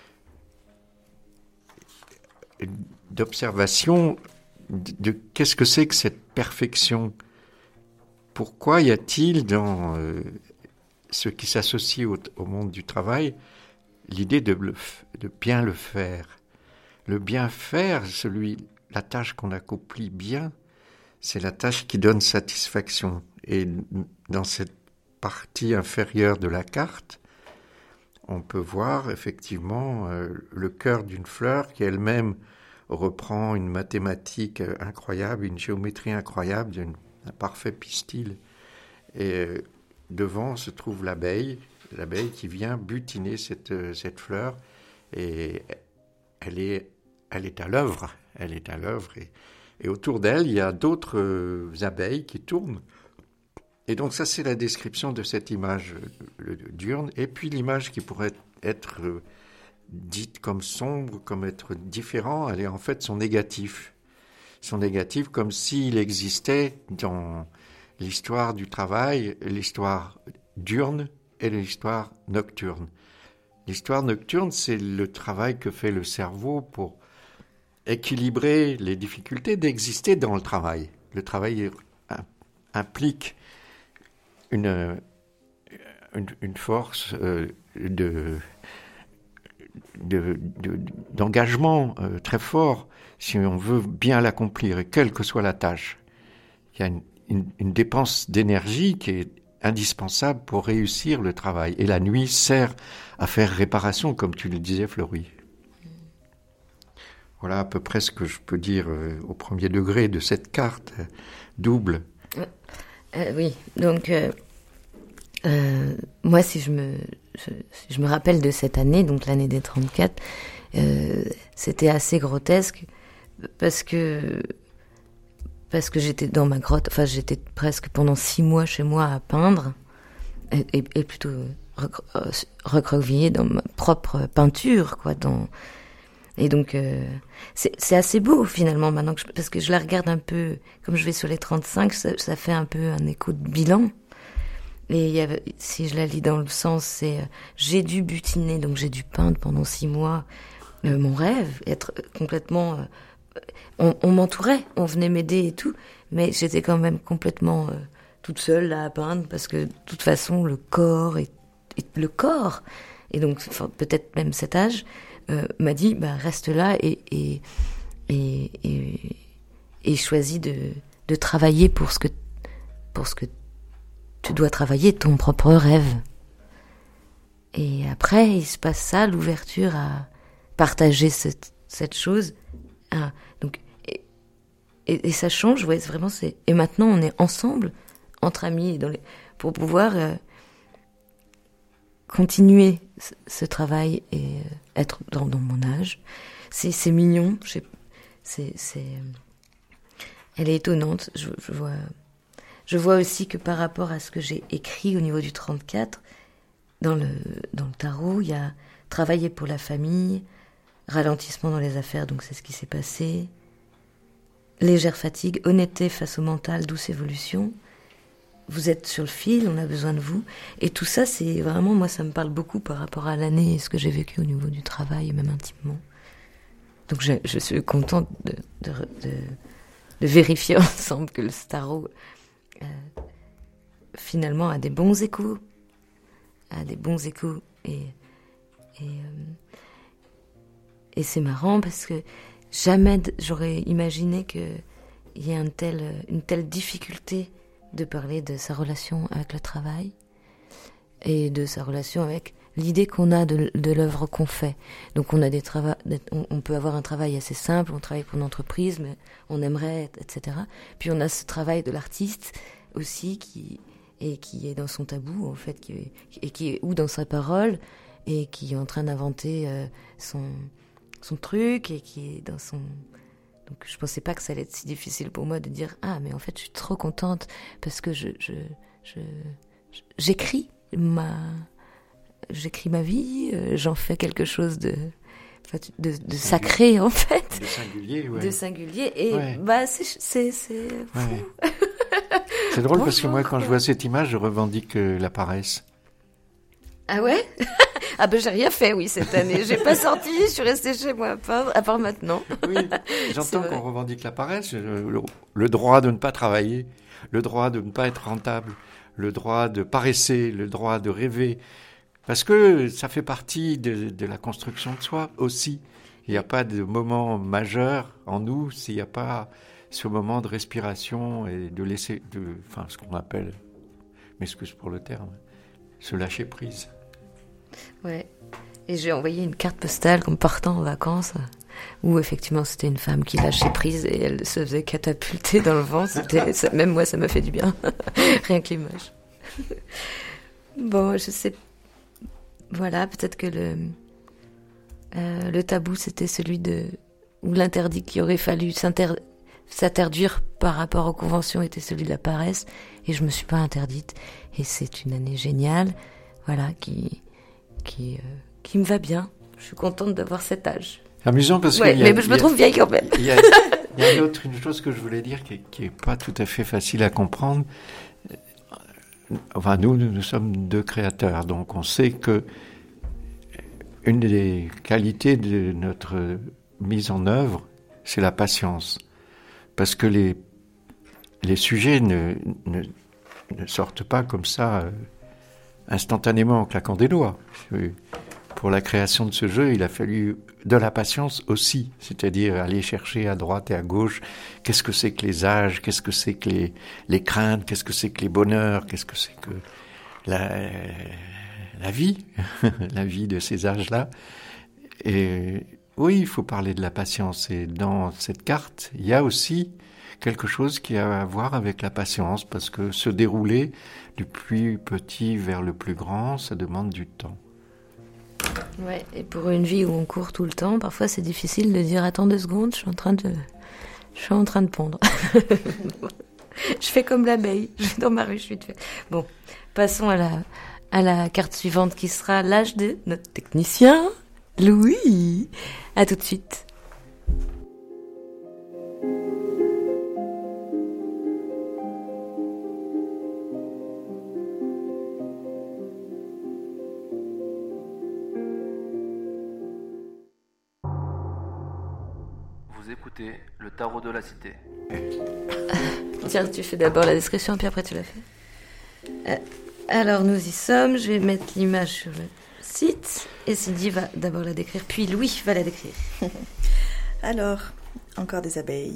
d'observation de, de qu'est-ce que c'est que cette perfection. Pourquoi y a-t-il dans euh, ce qui s'associe au, au monde du travail l'idée de, le, de bien le faire? Le bien faire, celui, la tâche qu'on accomplit bien, c'est la tâche qui donne satisfaction. Et dans cette partie inférieure de la carte, on peut voir effectivement euh, le cœur d'une fleur qui elle-même reprend une mathématique incroyable, une géométrie incroyable, d'une, un parfait pistil. Et euh, devant se trouve l'abeille, l'abeille qui vient butiner cette, cette fleur. Et elle est, elle est à l'œuvre, elle est à l'œuvre. Et, et autour d'elle, il y a d'autres euh, abeilles qui tournent. Et donc ça, c'est la description de cette image euh, diurne. Et puis l'image qui pourrait être euh, dite comme sombre, comme être différent, elle est en fait son négatif. Son négatif comme s'il existait dans l'histoire du travail, l'histoire diurne et l'histoire nocturne. L'histoire nocturne, c'est le travail que fait le cerveau pour équilibrer les difficultés d'exister dans le travail. Le travail implique une, une, une force euh, de, de, de, d'engagement euh, très fort si on veut bien l'accomplir, et quelle que soit la tâche. Il y a une, une, une dépense d'énergie qui est indispensable pour réussir le travail. Et la nuit sert à faire réparation, comme tu le disais, Florie. Voilà à peu près ce que je peux dire euh, au premier degré de cette carte euh, double. Euh, euh, oui, donc euh, euh, moi, si je me, je, si je me rappelle de cette année, donc l'année des trente-quatre, euh, c'était assez grotesque parce que parce que j'étais dans ma grotte, enfin j'étais presque pendant six mois chez moi à peindre et, et, et plutôt recroquevillée dans ma propre peinture, quoi, dans. Et donc, euh, c'est, c'est assez beau, finalement, maintenant, que je, parce que je la regarde un peu, comme je vais sur les trente-cinq, ça, ça fait un peu un écho de bilan. Et il y avait, si je la lis dans le sens, c'est, euh, j'ai dû butiner, donc j'ai dû peindre pendant six mois euh, mon rêve, être complètement... Euh, on, on m'entourait, on venait m'aider et tout, mais j'étais quand même complètement euh, toute seule là à peindre, parce que de toute façon, le corps est, est le corps. Et donc, enfin, peut-être même cet âge... Euh, m'a dit bah reste là et et et et, et choisis de de travailler pour ce que pour ce que tu dois travailler, ton propre rêve. Et après il se passe ça, l'ouverture à partager cette cette chose. Ah, donc et, et, et ça change, ouais, c'est vraiment c'est. Et maintenant on est ensemble entre amis dans les, pour pouvoir euh, continuer ce, ce travail et euh, être dans, dans mon âge. C'est, c'est mignon. C'est, c'est, c'est, elle est étonnante. Je, je, vois, je vois aussi que par rapport à ce que j'ai écrit au niveau du trente-quatre, dans le, dans le tarot, il y a travailler pour la famille, ralentissement dans les affaires, donc c'est ce qui s'est passé, légère fatigue, honnêteté face au mental, douce évolution. Vous êtes sur le fil, on a besoin de vous. Et tout ça, c'est vraiment, moi, ça me parle beaucoup par rapport à l'année et ce que j'ai vécu au niveau du travail, même intimement. Donc, je, je suis contente de, de, de, de vérifier ensemble que le tarot, euh, finalement, a des bons échos. A des bons échos. Et, et, euh, et c'est marrant parce que jamais j'aurais imaginé qu'il y ait une telle, une telle difficulté de parler de sa relation avec le travail et de sa relation avec l'idée qu'on a de, de l'œuvre qu'on fait. Donc on a des trava- on, on peut avoir un travail assez simple, on travaille pour une entreprise, mais on aimerait, et cetera. Puis on a ce travail de l'artiste aussi qui et qui est dans son tabou en fait, qui, et qui est ou dans sa parole et qui est en train d'inventer euh, son son truc et qui est dans son. Donc je pensais pas que ça allait être si difficile pour moi de dire ah mais en fait je suis trop contente parce que je je je, j'écris ma, j'écris ma vie, euh, j'en fais quelque chose de, de, de sacré en fait, de singulier, ouais. de singulier, et ouais. bah c'est, c'est, c'est fou. Ouais. C'est drôle parce que moi, quand je vois cette image, je revendique euh, la paresse. Ah ouais? Ah ben j'ai rien fait, oui, cette année. J'ai pas sorti, je suis restée chez moi à part, à part maintenant. Oui, j'entends qu'on revendique la paresse, le, le droit de ne pas travailler, le droit de ne pas être rentable, le droit de paresser, le droit de rêver. Parce que ça fait partie de, de la construction de soi aussi. Il n'y a pas de moment majeur en nous s'il n'y a pas ce moment de respiration et de laisser, de, enfin ce qu'on appelle, m'excuse pour le terme, se lâcher prise. Ouais. Et j'ai envoyé une carte postale comme partant en vacances, où effectivement c'était une femme qui lâchait prise et elle se faisait catapulter dans le vent. C'était, ça, même moi, ça m'a fait du bien, rien que l'image. Bon, je sais. Voilà, peut-être que le euh, le tabou c'était celui de ou l'interdit qu'il aurait fallu s'inter... s'interdire par rapport aux conventions était celui de la paresse, et je me suis pas interdite, et c'est une année géniale, voilà, qui qui euh, qui me va bien. Je suis contente d'avoir cet âge. Amusant parce ouais, que mais a, je me trouve vieille quand même. Il y a, il y a une autre une chose que je voulais dire qui, qui est pas tout à fait facile à comprendre. Enfin, nous, nous, nous sommes deux créateurs, donc on sait que une des qualités de notre mise en œuvre, c'est la patience. Parce que les, les sujets ne, ne, ne sortent pas comme ça euh, instantanément en claquant des doigts. Pour la création de ce jeu, il a fallu de la patience aussi, c'est-à-dire aller chercher à droite et à gauche qu'est-ce que c'est que les âges, qu'est-ce que c'est que les, les craintes, qu'est-ce que c'est que les bonheurs, qu'est-ce que c'est que la, la vie, la vie de ces âges-là. Et oui, il faut parler de la patience. Et dans cette carte, il y a aussi quelque chose qui a à voir avec la patience, parce que se dérouler du plus petit vers le plus grand, ça demande du temps. Ouais, et pour une vie où on court tout le temps, parfois c'est difficile de dire attends deux secondes, je suis en train de, je suis en train de pondre. Je fais comme l'abeille, je vais dans ma ruche, je suis de fait. Bon, passons à la, à la carte suivante qui sera l'âge de notre technicien, Louis. À tout de suite. Vous écoutez le tarot de la cité. Tiens, tu fais d'abord la description, puis après tu la fais. Euh, alors, nous y sommes. Je vais mettre l'image sur le site. Et Cindy va d'abord la décrire, puis Louis va la décrire. Alors, encore des abeilles.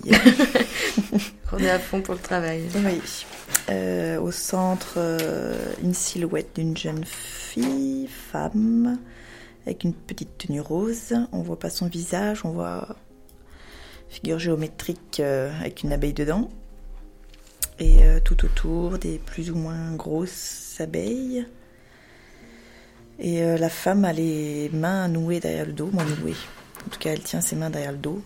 On est à fond pour le travail. Oui. Euh, au centre, euh, une silhouette d'une jeune fille, femme, avec une petite tenue rose. On voit pas son visage, on voit figure géométrique euh, avec une abeille dedans. Et euh, tout autour, des plus ou moins grosses abeilles. Et euh, la femme a les mains nouées derrière le dos, moins nouées. En tout cas, elle tient ses mains derrière le dos.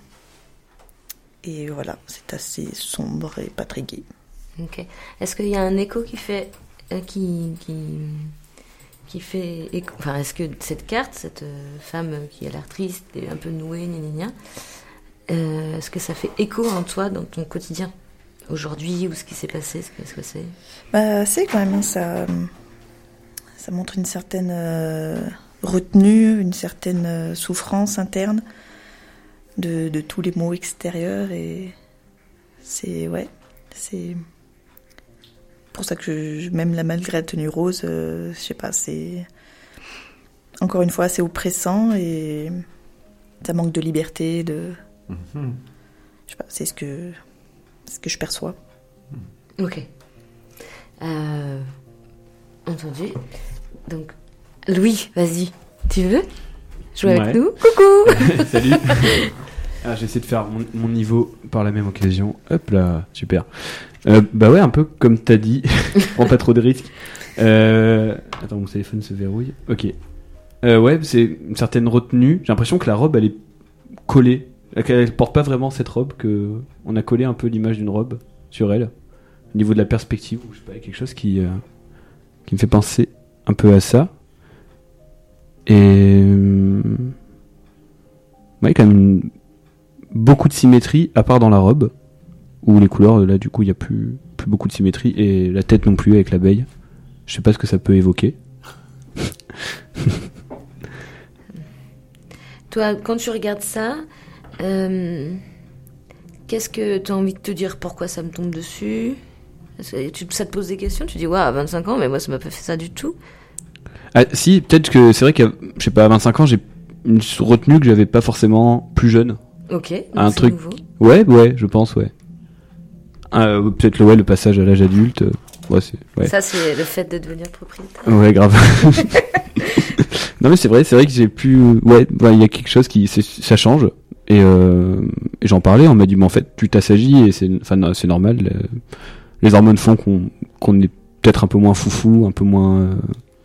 Et voilà, c'est assez sombre et pas très gai. Ok. Est-ce qu'il y a un écho qui fait, euh, qui, qui, qui fait écho, enfin, est-ce que cette carte, cette euh, femme qui a l'air triste et un peu nouée, gna gna gna, euh, est-ce que ça fait écho en toi dans ton quotidien aujourd'hui, ou ce qui s'est passé, ce que, ce que c'est? Bah, c'est quand même, ça, ça montre une certaine euh, retenue, une certaine euh, souffrance interne de, de tous les mots extérieurs, et c'est, ouais, c'est pour ça que je, même la malgré la tenue rose, euh, je sais pas, c'est encore une fois assez oppressant, et ça manque de liberté, de, mm-hmm. je sais pas, c'est ce que ce que je perçois. Ok. Euh, entendu. Donc, Louis, vas-y. Tu veux jouer Ouais. avec nous? Coucou. Salut. Ah, j'essaie de faire mon, mon niveau par la même occasion. Hop là, super. Euh, bah ouais, un peu comme t'as dit. Prends pas trop de risques. Euh... Attends, mon téléphone se verrouille. Ok. Euh, ouais, c'est une certaine retenue. J'ai l'impression que la robe, elle est collée. Elle porte pas vraiment cette robe, que on a collé un peu l'image d'une robe sur elle. au niveau de la perspective, ou je sais pas, quelque chose qui, euh, qui me fait penser un peu à ça. Et euh, ouais, quand même une, beaucoup de symétrie, à part dans la robe, où les couleurs, là du coup il y a plus, plus beaucoup de symétrie, et la tête non plus avec l'abeille. Je sais pas ce que ça peut évoquer. Toi, quand tu regardes ça, euh, qu'est-ce que tu as envie de te dire? Pourquoi ça me tombe dessus? Tu, ça te pose des questions? Tu dis, ouais, à vingt-cinq ans, mais moi, ça m'a pas fait ça du tout. Ah, si, peut-être que c'est vrai qu'à, je sais pas, à vingt-cinq ans, j'ai une retenue que j'avais pas forcément plus jeune. Ok, donc un c'est truc. nouveau. Ouais, ouais, je pense, ouais. Euh, peut-être le, ouais, le passage à l'âge adulte. euh, Ouais, c'est, ouais. Ça, c'est le fait de devenir propriétaire. Ouais, grave. Non mais c'est vrai, c'est vrai que j'ai pu, ouais, il ouais, y a quelque chose qui, c'est, ça change. Et, euh, et j'en parlais, on m'a dit, mais en fait, tu t'assagis et c'est, enfin, non, c'est normal. Les, les hormones font qu'on, qu'on est peut-être un peu moins foufou, un peu moins euh,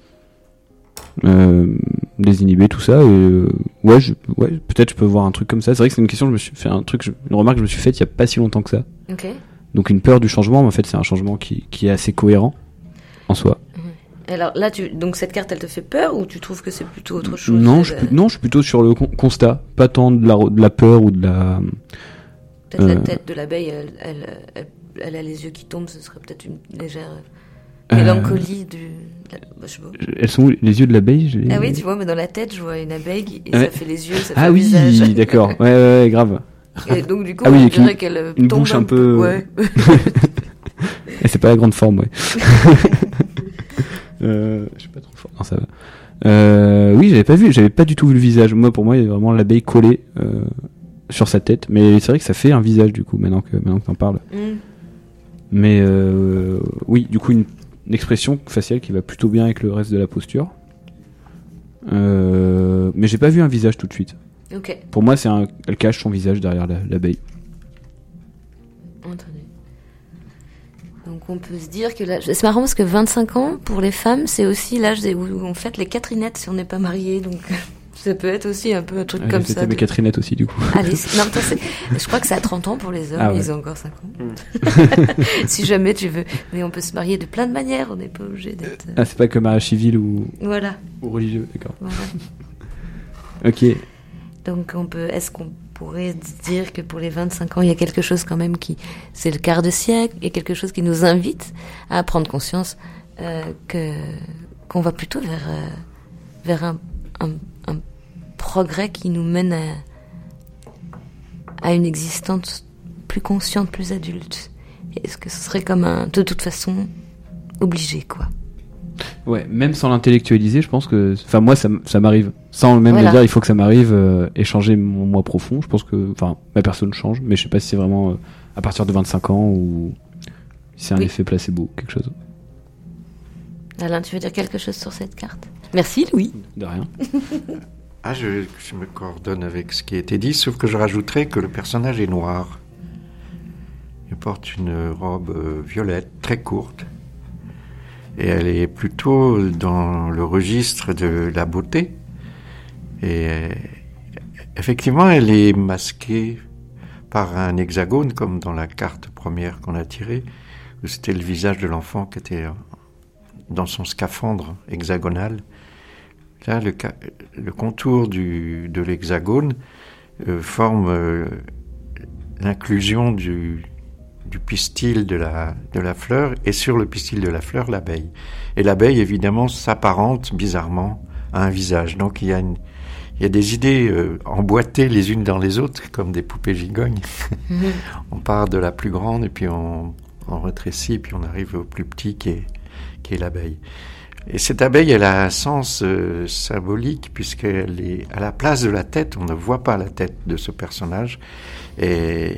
euh, désinhibé, tout ça. Et euh, ouais, je, ouais, peut-être je peux voir un truc comme ça. C'est vrai que c'est une question, je me suis fait un truc, je, une remarque que je me suis faite il y a pas si longtemps que ça. Ok. Donc une peur du changement, mais en fait, c'est un changement qui, qui est assez cohérent en soi. Alors là, tu, donc cette carte, elle te fait peur ou tu trouves que c'est plutôt autre chose? Non, je, non, je suis plutôt sur le con- constat, pas tant de la, de la peur ou de la. Peut-être euh, la tête de l'abeille, elle, elle, elle, elle a les yeux qui tombent, ce serait peut-être une légère mélancolie euh, du. La, bah, je sais pas. Elles sont où, les yeux de l'abeille? J'ai... Ah oui, tu vois, mais dans la tête, je vois une abeille et ouais. Ça fait les yeux, ça fait ah le oui, visage. d'accord, ouais, ouais, ouais, grave. Et donc du coup, ah oui, on dirait une, qu'elle une tombe bouche un, un peu. Ouais. Et c'est pas la grande forme, ouais. euh, je suis pas trop fort. Non, ça va. Euh, oui, j'avais pas vu, j'avais pas du tout vu le visage. Moi, pour moi, il y a vraiment l'abeille collée euh, sur sa tête. Mais c'est vrai que ça fait un visage du coup, maintenant que maintenant que t'en parles. Mm. Mais euh, oui, du coup, une, une expression faciale qui va plutôt bien avec le reste de la posture. Euh, mais j'ai pas vu un visage tout de suite. Ok. Pour moi, c'est un, elle cache son visage derrière la, l'abeille. Entendu. Donc on peut se dire que là, c'est marrant parce que vingt-cinq ans pour les femmes, c'est aussi l'âge où on fête les Catherinettes si on n'est pas marié, donc ça peut être aussi un peu un truc Allez, comme c'était ça. mes De... Catherinettes aussi du coup. Allez, c'est... non, c'est... je crois que c'est à trente ans pour les hommes, ah ouais. Ils ont encore cinq ans. Si jamais tu veux, mais on peut se marier de plein de manières, on n'est pas obligé d'être. Ah, c'est pas comme mariage civil ou. Voilà. Ou religieux, d'accord. Voilà. Ok. Donc on peut, est-ce qu'on pourrait dire que pour les vingt-cinq ans, il y a quelque chose quand même qui, c'est le quart de siècle, il y a quelque chose qui nous invite à prendre conscience euh, que qu'on va plutôt vers euh, vers un, un, un progrès qui nous mène à, à une existence plus consciente, plus adulte. Est-ce que ce serait comme un, de toute façon, obligé, quoi? Ouais, même sans l'intellectualiser, je pense que, enfin moi ça, ça m'arrive, sans même voilà. me dire il faut que ça m'arrive euh, et changer mon moi profond. Je pense que, enfin ma personne change, mais je sais pas si c'est vraiment euh, à partir de vingt-cinq ans ou si c'est un oui. effet placebo, quelque chose. Alain, tu veux dire quelque chose sur cette carte? Merci Louis. De rien. Ah, je, je me coordonne avec ce qui a été dit, sauf que je rajouterais que le personnage est noir. Il porte une robe euh, violette, très courte. Et elle est plutôt dans le registre de la beauté. Et euh, effectivement, elle est masquée par un hexagone, comme dans la carte première qu'on a tirée, où c'était le visage de l'enfant qui était dans son scaphandre hexagonal. Là, le, le contour du, de l'hexagone euh, forme euh, l'inclusion du, du pistil de la, de la fleur, et sur le pistil de la fleur, l'abeille. Et l'abeille, évidemment, s'apparente bizarrement à un visage. Donc il y a, une, il y a des idées euh, emboîtées les unes dans les autres, comme des poupées gigognes. Mmh. On part de la plus grande, et puis on, on rétrécit, et puis on arrive au plus petit, qui est, qui est l'abeille. Et cette abeille, elle a un sens euh, symbolique, puisqu'elle est à la place de la tête. On ne voit pas la tête de ce personnage. Et...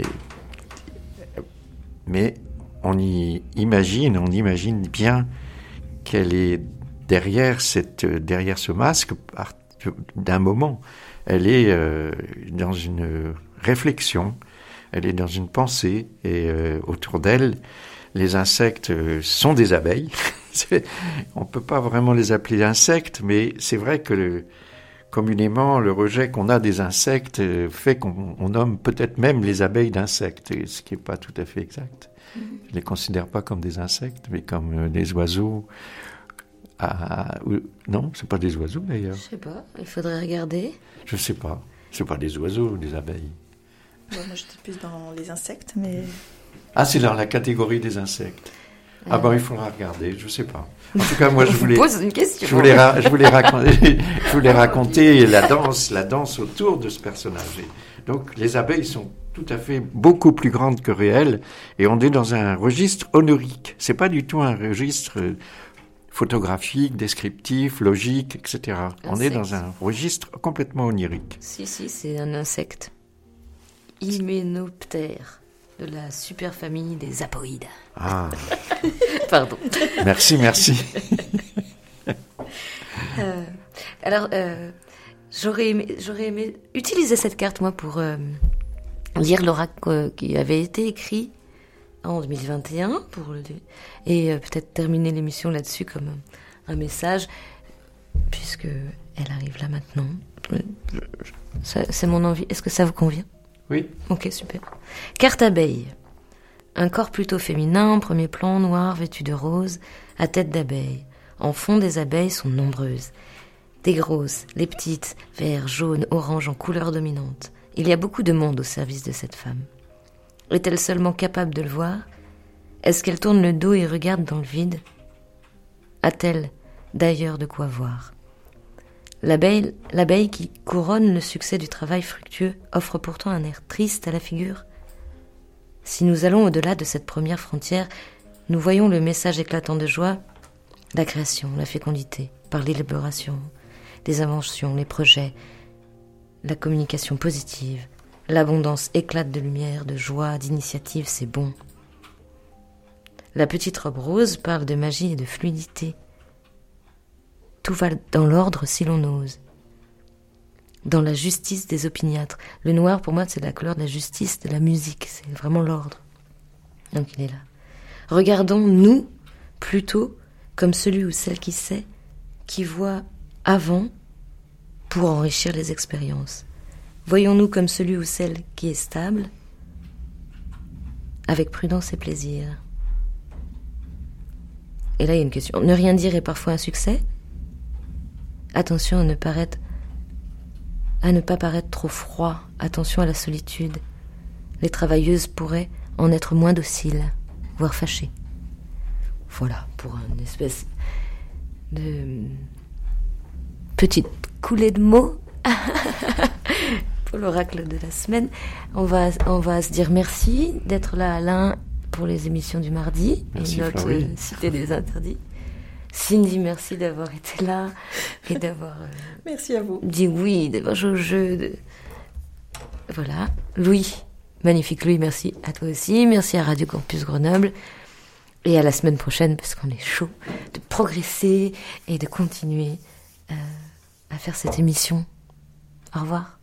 Mais on y imagine, on imagine bien qu'elle est derrière, cette, derrière ce masque d'un moment. Elle est euh, dans une réflexion, elle est dans une pensée, et euh, autour d'elle, les insectes sont des abeilles. On ne peut pas vraiment les appeler insectes, mais c'est vrai que le, communément, le rejet qu'on a des insectes euh, fait qu'on on nomme peut-être même les abeilles d'insectes, et ce qui n'est pas tout à fait exact. Mmh. Je ne les considère pas comme des insectes, mais comme euh, des oiseaux. Ah, ou, non, ce n'est pas des oiseaux d'ailleurs. Je ne sais pas, il faudrait regarder. Je ne sais pas. Ce n'est pas des oiseaux, des abeilles. Bon, moi, j'étais plus dans les insectes, mais... Ah, c'est dans la catégorie des insectes. Ah bon, il faudra regarder, je sais pas. En tout cas, moi, je voulais, pose une question. Je voulais, ra- je voulais raconter, je voulais raconter la danse, la danse autour de ce personnage. Et donc, les abeilles sont tout à fait beaucoup plus grandes que réelles, et on est dans un registre onirique. C'est pas du tout un registre photographique, descriptif, logique, et cetera. Insecte. On est dans un registre complètement onirique. Si, si, c'est un insecte. Hyménoptère. De la super famille des apoïdes. Ah. Pardon. Merci, merci. euh, alors, euh, j'aurais aimé, j'aurais aimé utiliser cette carte, moi, pour euh, lire l'oracle euh, qui avait été écrit en deux mille vingt et un, pour le, et euh, peut-être terminer l'émission là-dessus comme un, un message, puisque elle arrive là maintenant. Ça, c'est mon envie. Est-ce que ça vous convient ? Oui. Ok, super. Carte abeille. Un corps plutôt féminin, premier plan, noir, vêtu de rose, à tête d'abeille. En fond, des abeilles sont nombreuses. Des grosses, les petites, vert, jaune, orange en couleur dominante. Il y a beaucoup de monde au service de cette femme. Est-elle seulement capable de le voir ? Est-ce qu'elle tourne le dos et regarde dans le vide ? A-t-elle d'ailleurs de quoi voir ? L'abeille, l'abeille qui couronne le succès du travail fructueux offre pourtant un air triste à la figure. Si nous allons au-delà de cette première frontière, nous voyons le message éclatant de joie, la création, la fécondité, par l'élaboration, les inventions, les projets, la communication positive, l'abondance éclate de lumière, de joie, d'initiative, c'est bon. La petite robe rose parle de magie et de fluidité. Tout va dans l'ordre si l'on ose. Dans la justice des opiniâtres. Le noir, pour moi, c'est la couleur de la justice, de la musique. C'est vraiment l'ordre. Donc, il est là. Regardons-nous plutôt comme celui ou celle qui sait, qui voit avant pour enrichir les expériences. Voyons-nous comme celui ou celle qui est stable, avec prudence et plaisir. Et là, il y a une question. Ne rien dire est parfois un succès ? Attention à ne, paraître, à ne pas paraître trop froid. Attention à la solitude. Les travailleuses pourraient en être moins dociles, voire fâchées. Voilà, pour une espèce de petite coulée de mots pour l'oracle de la semaine. On va, on va se dire merci d'être là, Alain, pour les émissions du mardi. Merci, et notre Florine. Cité des Interdits. Cindy, merci d'avoir été là et d'avoir euh, merci à vous. dit oui, d'avoir joué au jeu. De... Voilà. Louis, magnifique Louis, merci à toi aussi. Merci à Radio Campus Grenoble. Et à la semaine prochaine, parce qu'on est chaud de progresser et de continuer euh, à faire cette émission. Au revoir.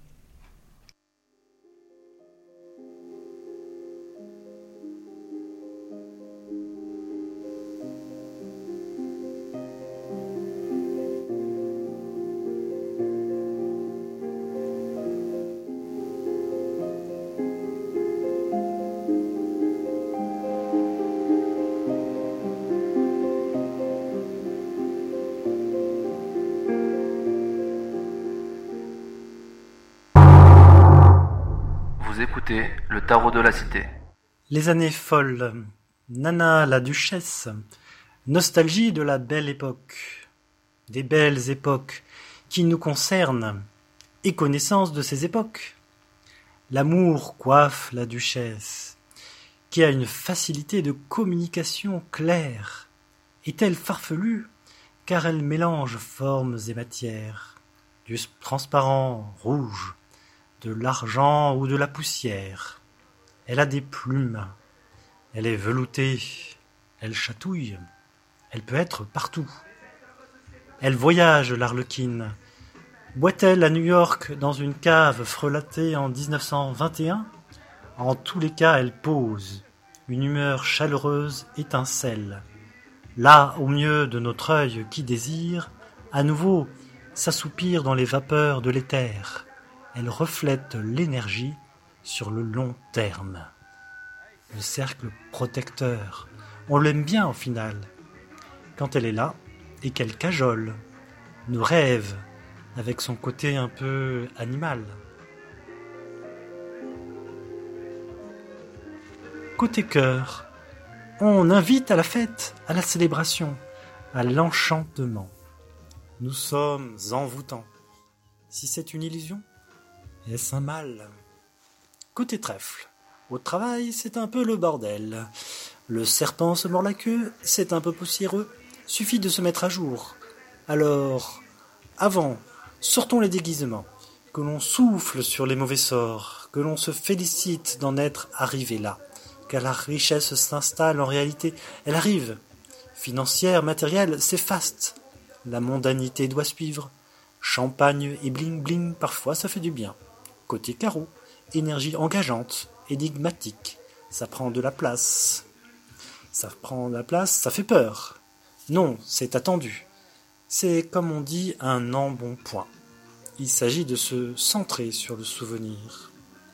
Écoutez le tarot de la cité. Les années folles, Nana la duchesse, nostalgie de la belle époque, des belles époques qui nous concernent, et connaissance de ces époques. L'amour coiffe la duchesse, qui a une facilité de communication claire, est-elle farfelue, car elle mélange formes et matières, du transparent rouge, de l'argent ou de la poussière. Elle a des plumes, elle est veloutée, elle chatouille, elle peut être partout. Elle voyage, l'Arlequine. Boit-elle à New York dans une cave frelatée en dix-neuf cent vingt et un ? En tous les cas, elle pose. Une humeur chaleureuse étincelle. Là, au mieux de notre œil qui désire, à nouveau, s'assoupir dans les vapeurs de l'éther. Elle reflète l'énergie sur le long terme. Le cercle protecteur, on l'aime bien au final. Quand elle est là et qu'elle cajole, nous rêve avec son côté un peu animal. Côté cœur, on invite à la fête, à la célébration, à l'enchantement. Nous sommes envoûtants. Si c'est une illusion, est-ce un mal? Côté trèfle, au travail, c'est un peu le bordel. Le serpent se mord la queue, c'est un peu poussiéreux, suffit de se mettre à jour. Alors, avant, sortons les déguisements, que l'on souffle sur les mauvais sorts, que l'on se félicite d'en être arrivé là, car la richesse s'installe en réalité, elle arrive. Financière, matérielle, c'est faste. La mondanité doit suivre. Champagne et bling-bling, parfois ça fait du bien. Côté carreau, énergie engageante, énigmatique, ça prend de la place. Ça prend de la place, ça fait peur. Non, c'est attendu. C'est, comme on dit, un embonpoint. Il s'agit de se centrer sur le souvenir.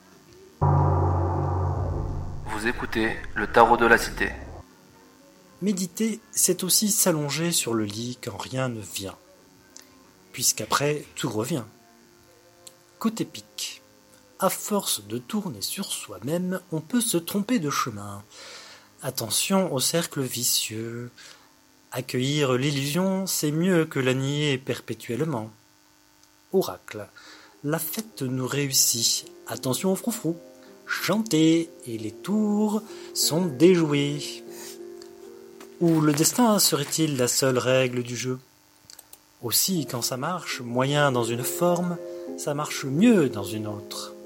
Vous écoutez le tarot de la cité. Méditer, c'est aussi s'allonger sur le lit quand rien ne vient. Puisqu'après, tout revient. Côté pique. À force de tourner sur soi-même, on peut se tromper de chemin. Attention au cercle vicieux. Accueillir l'illusion, c'est mieux que la nier perpétuellement. Oracle. La fête nous réussit. Attention au froufrou. Chantez et les tours sont déjoués. Ou le destin serait-il la seule règle du jeu? Aussi, quand ça marche moyen dans une forme, ça marche mieux dans une autre.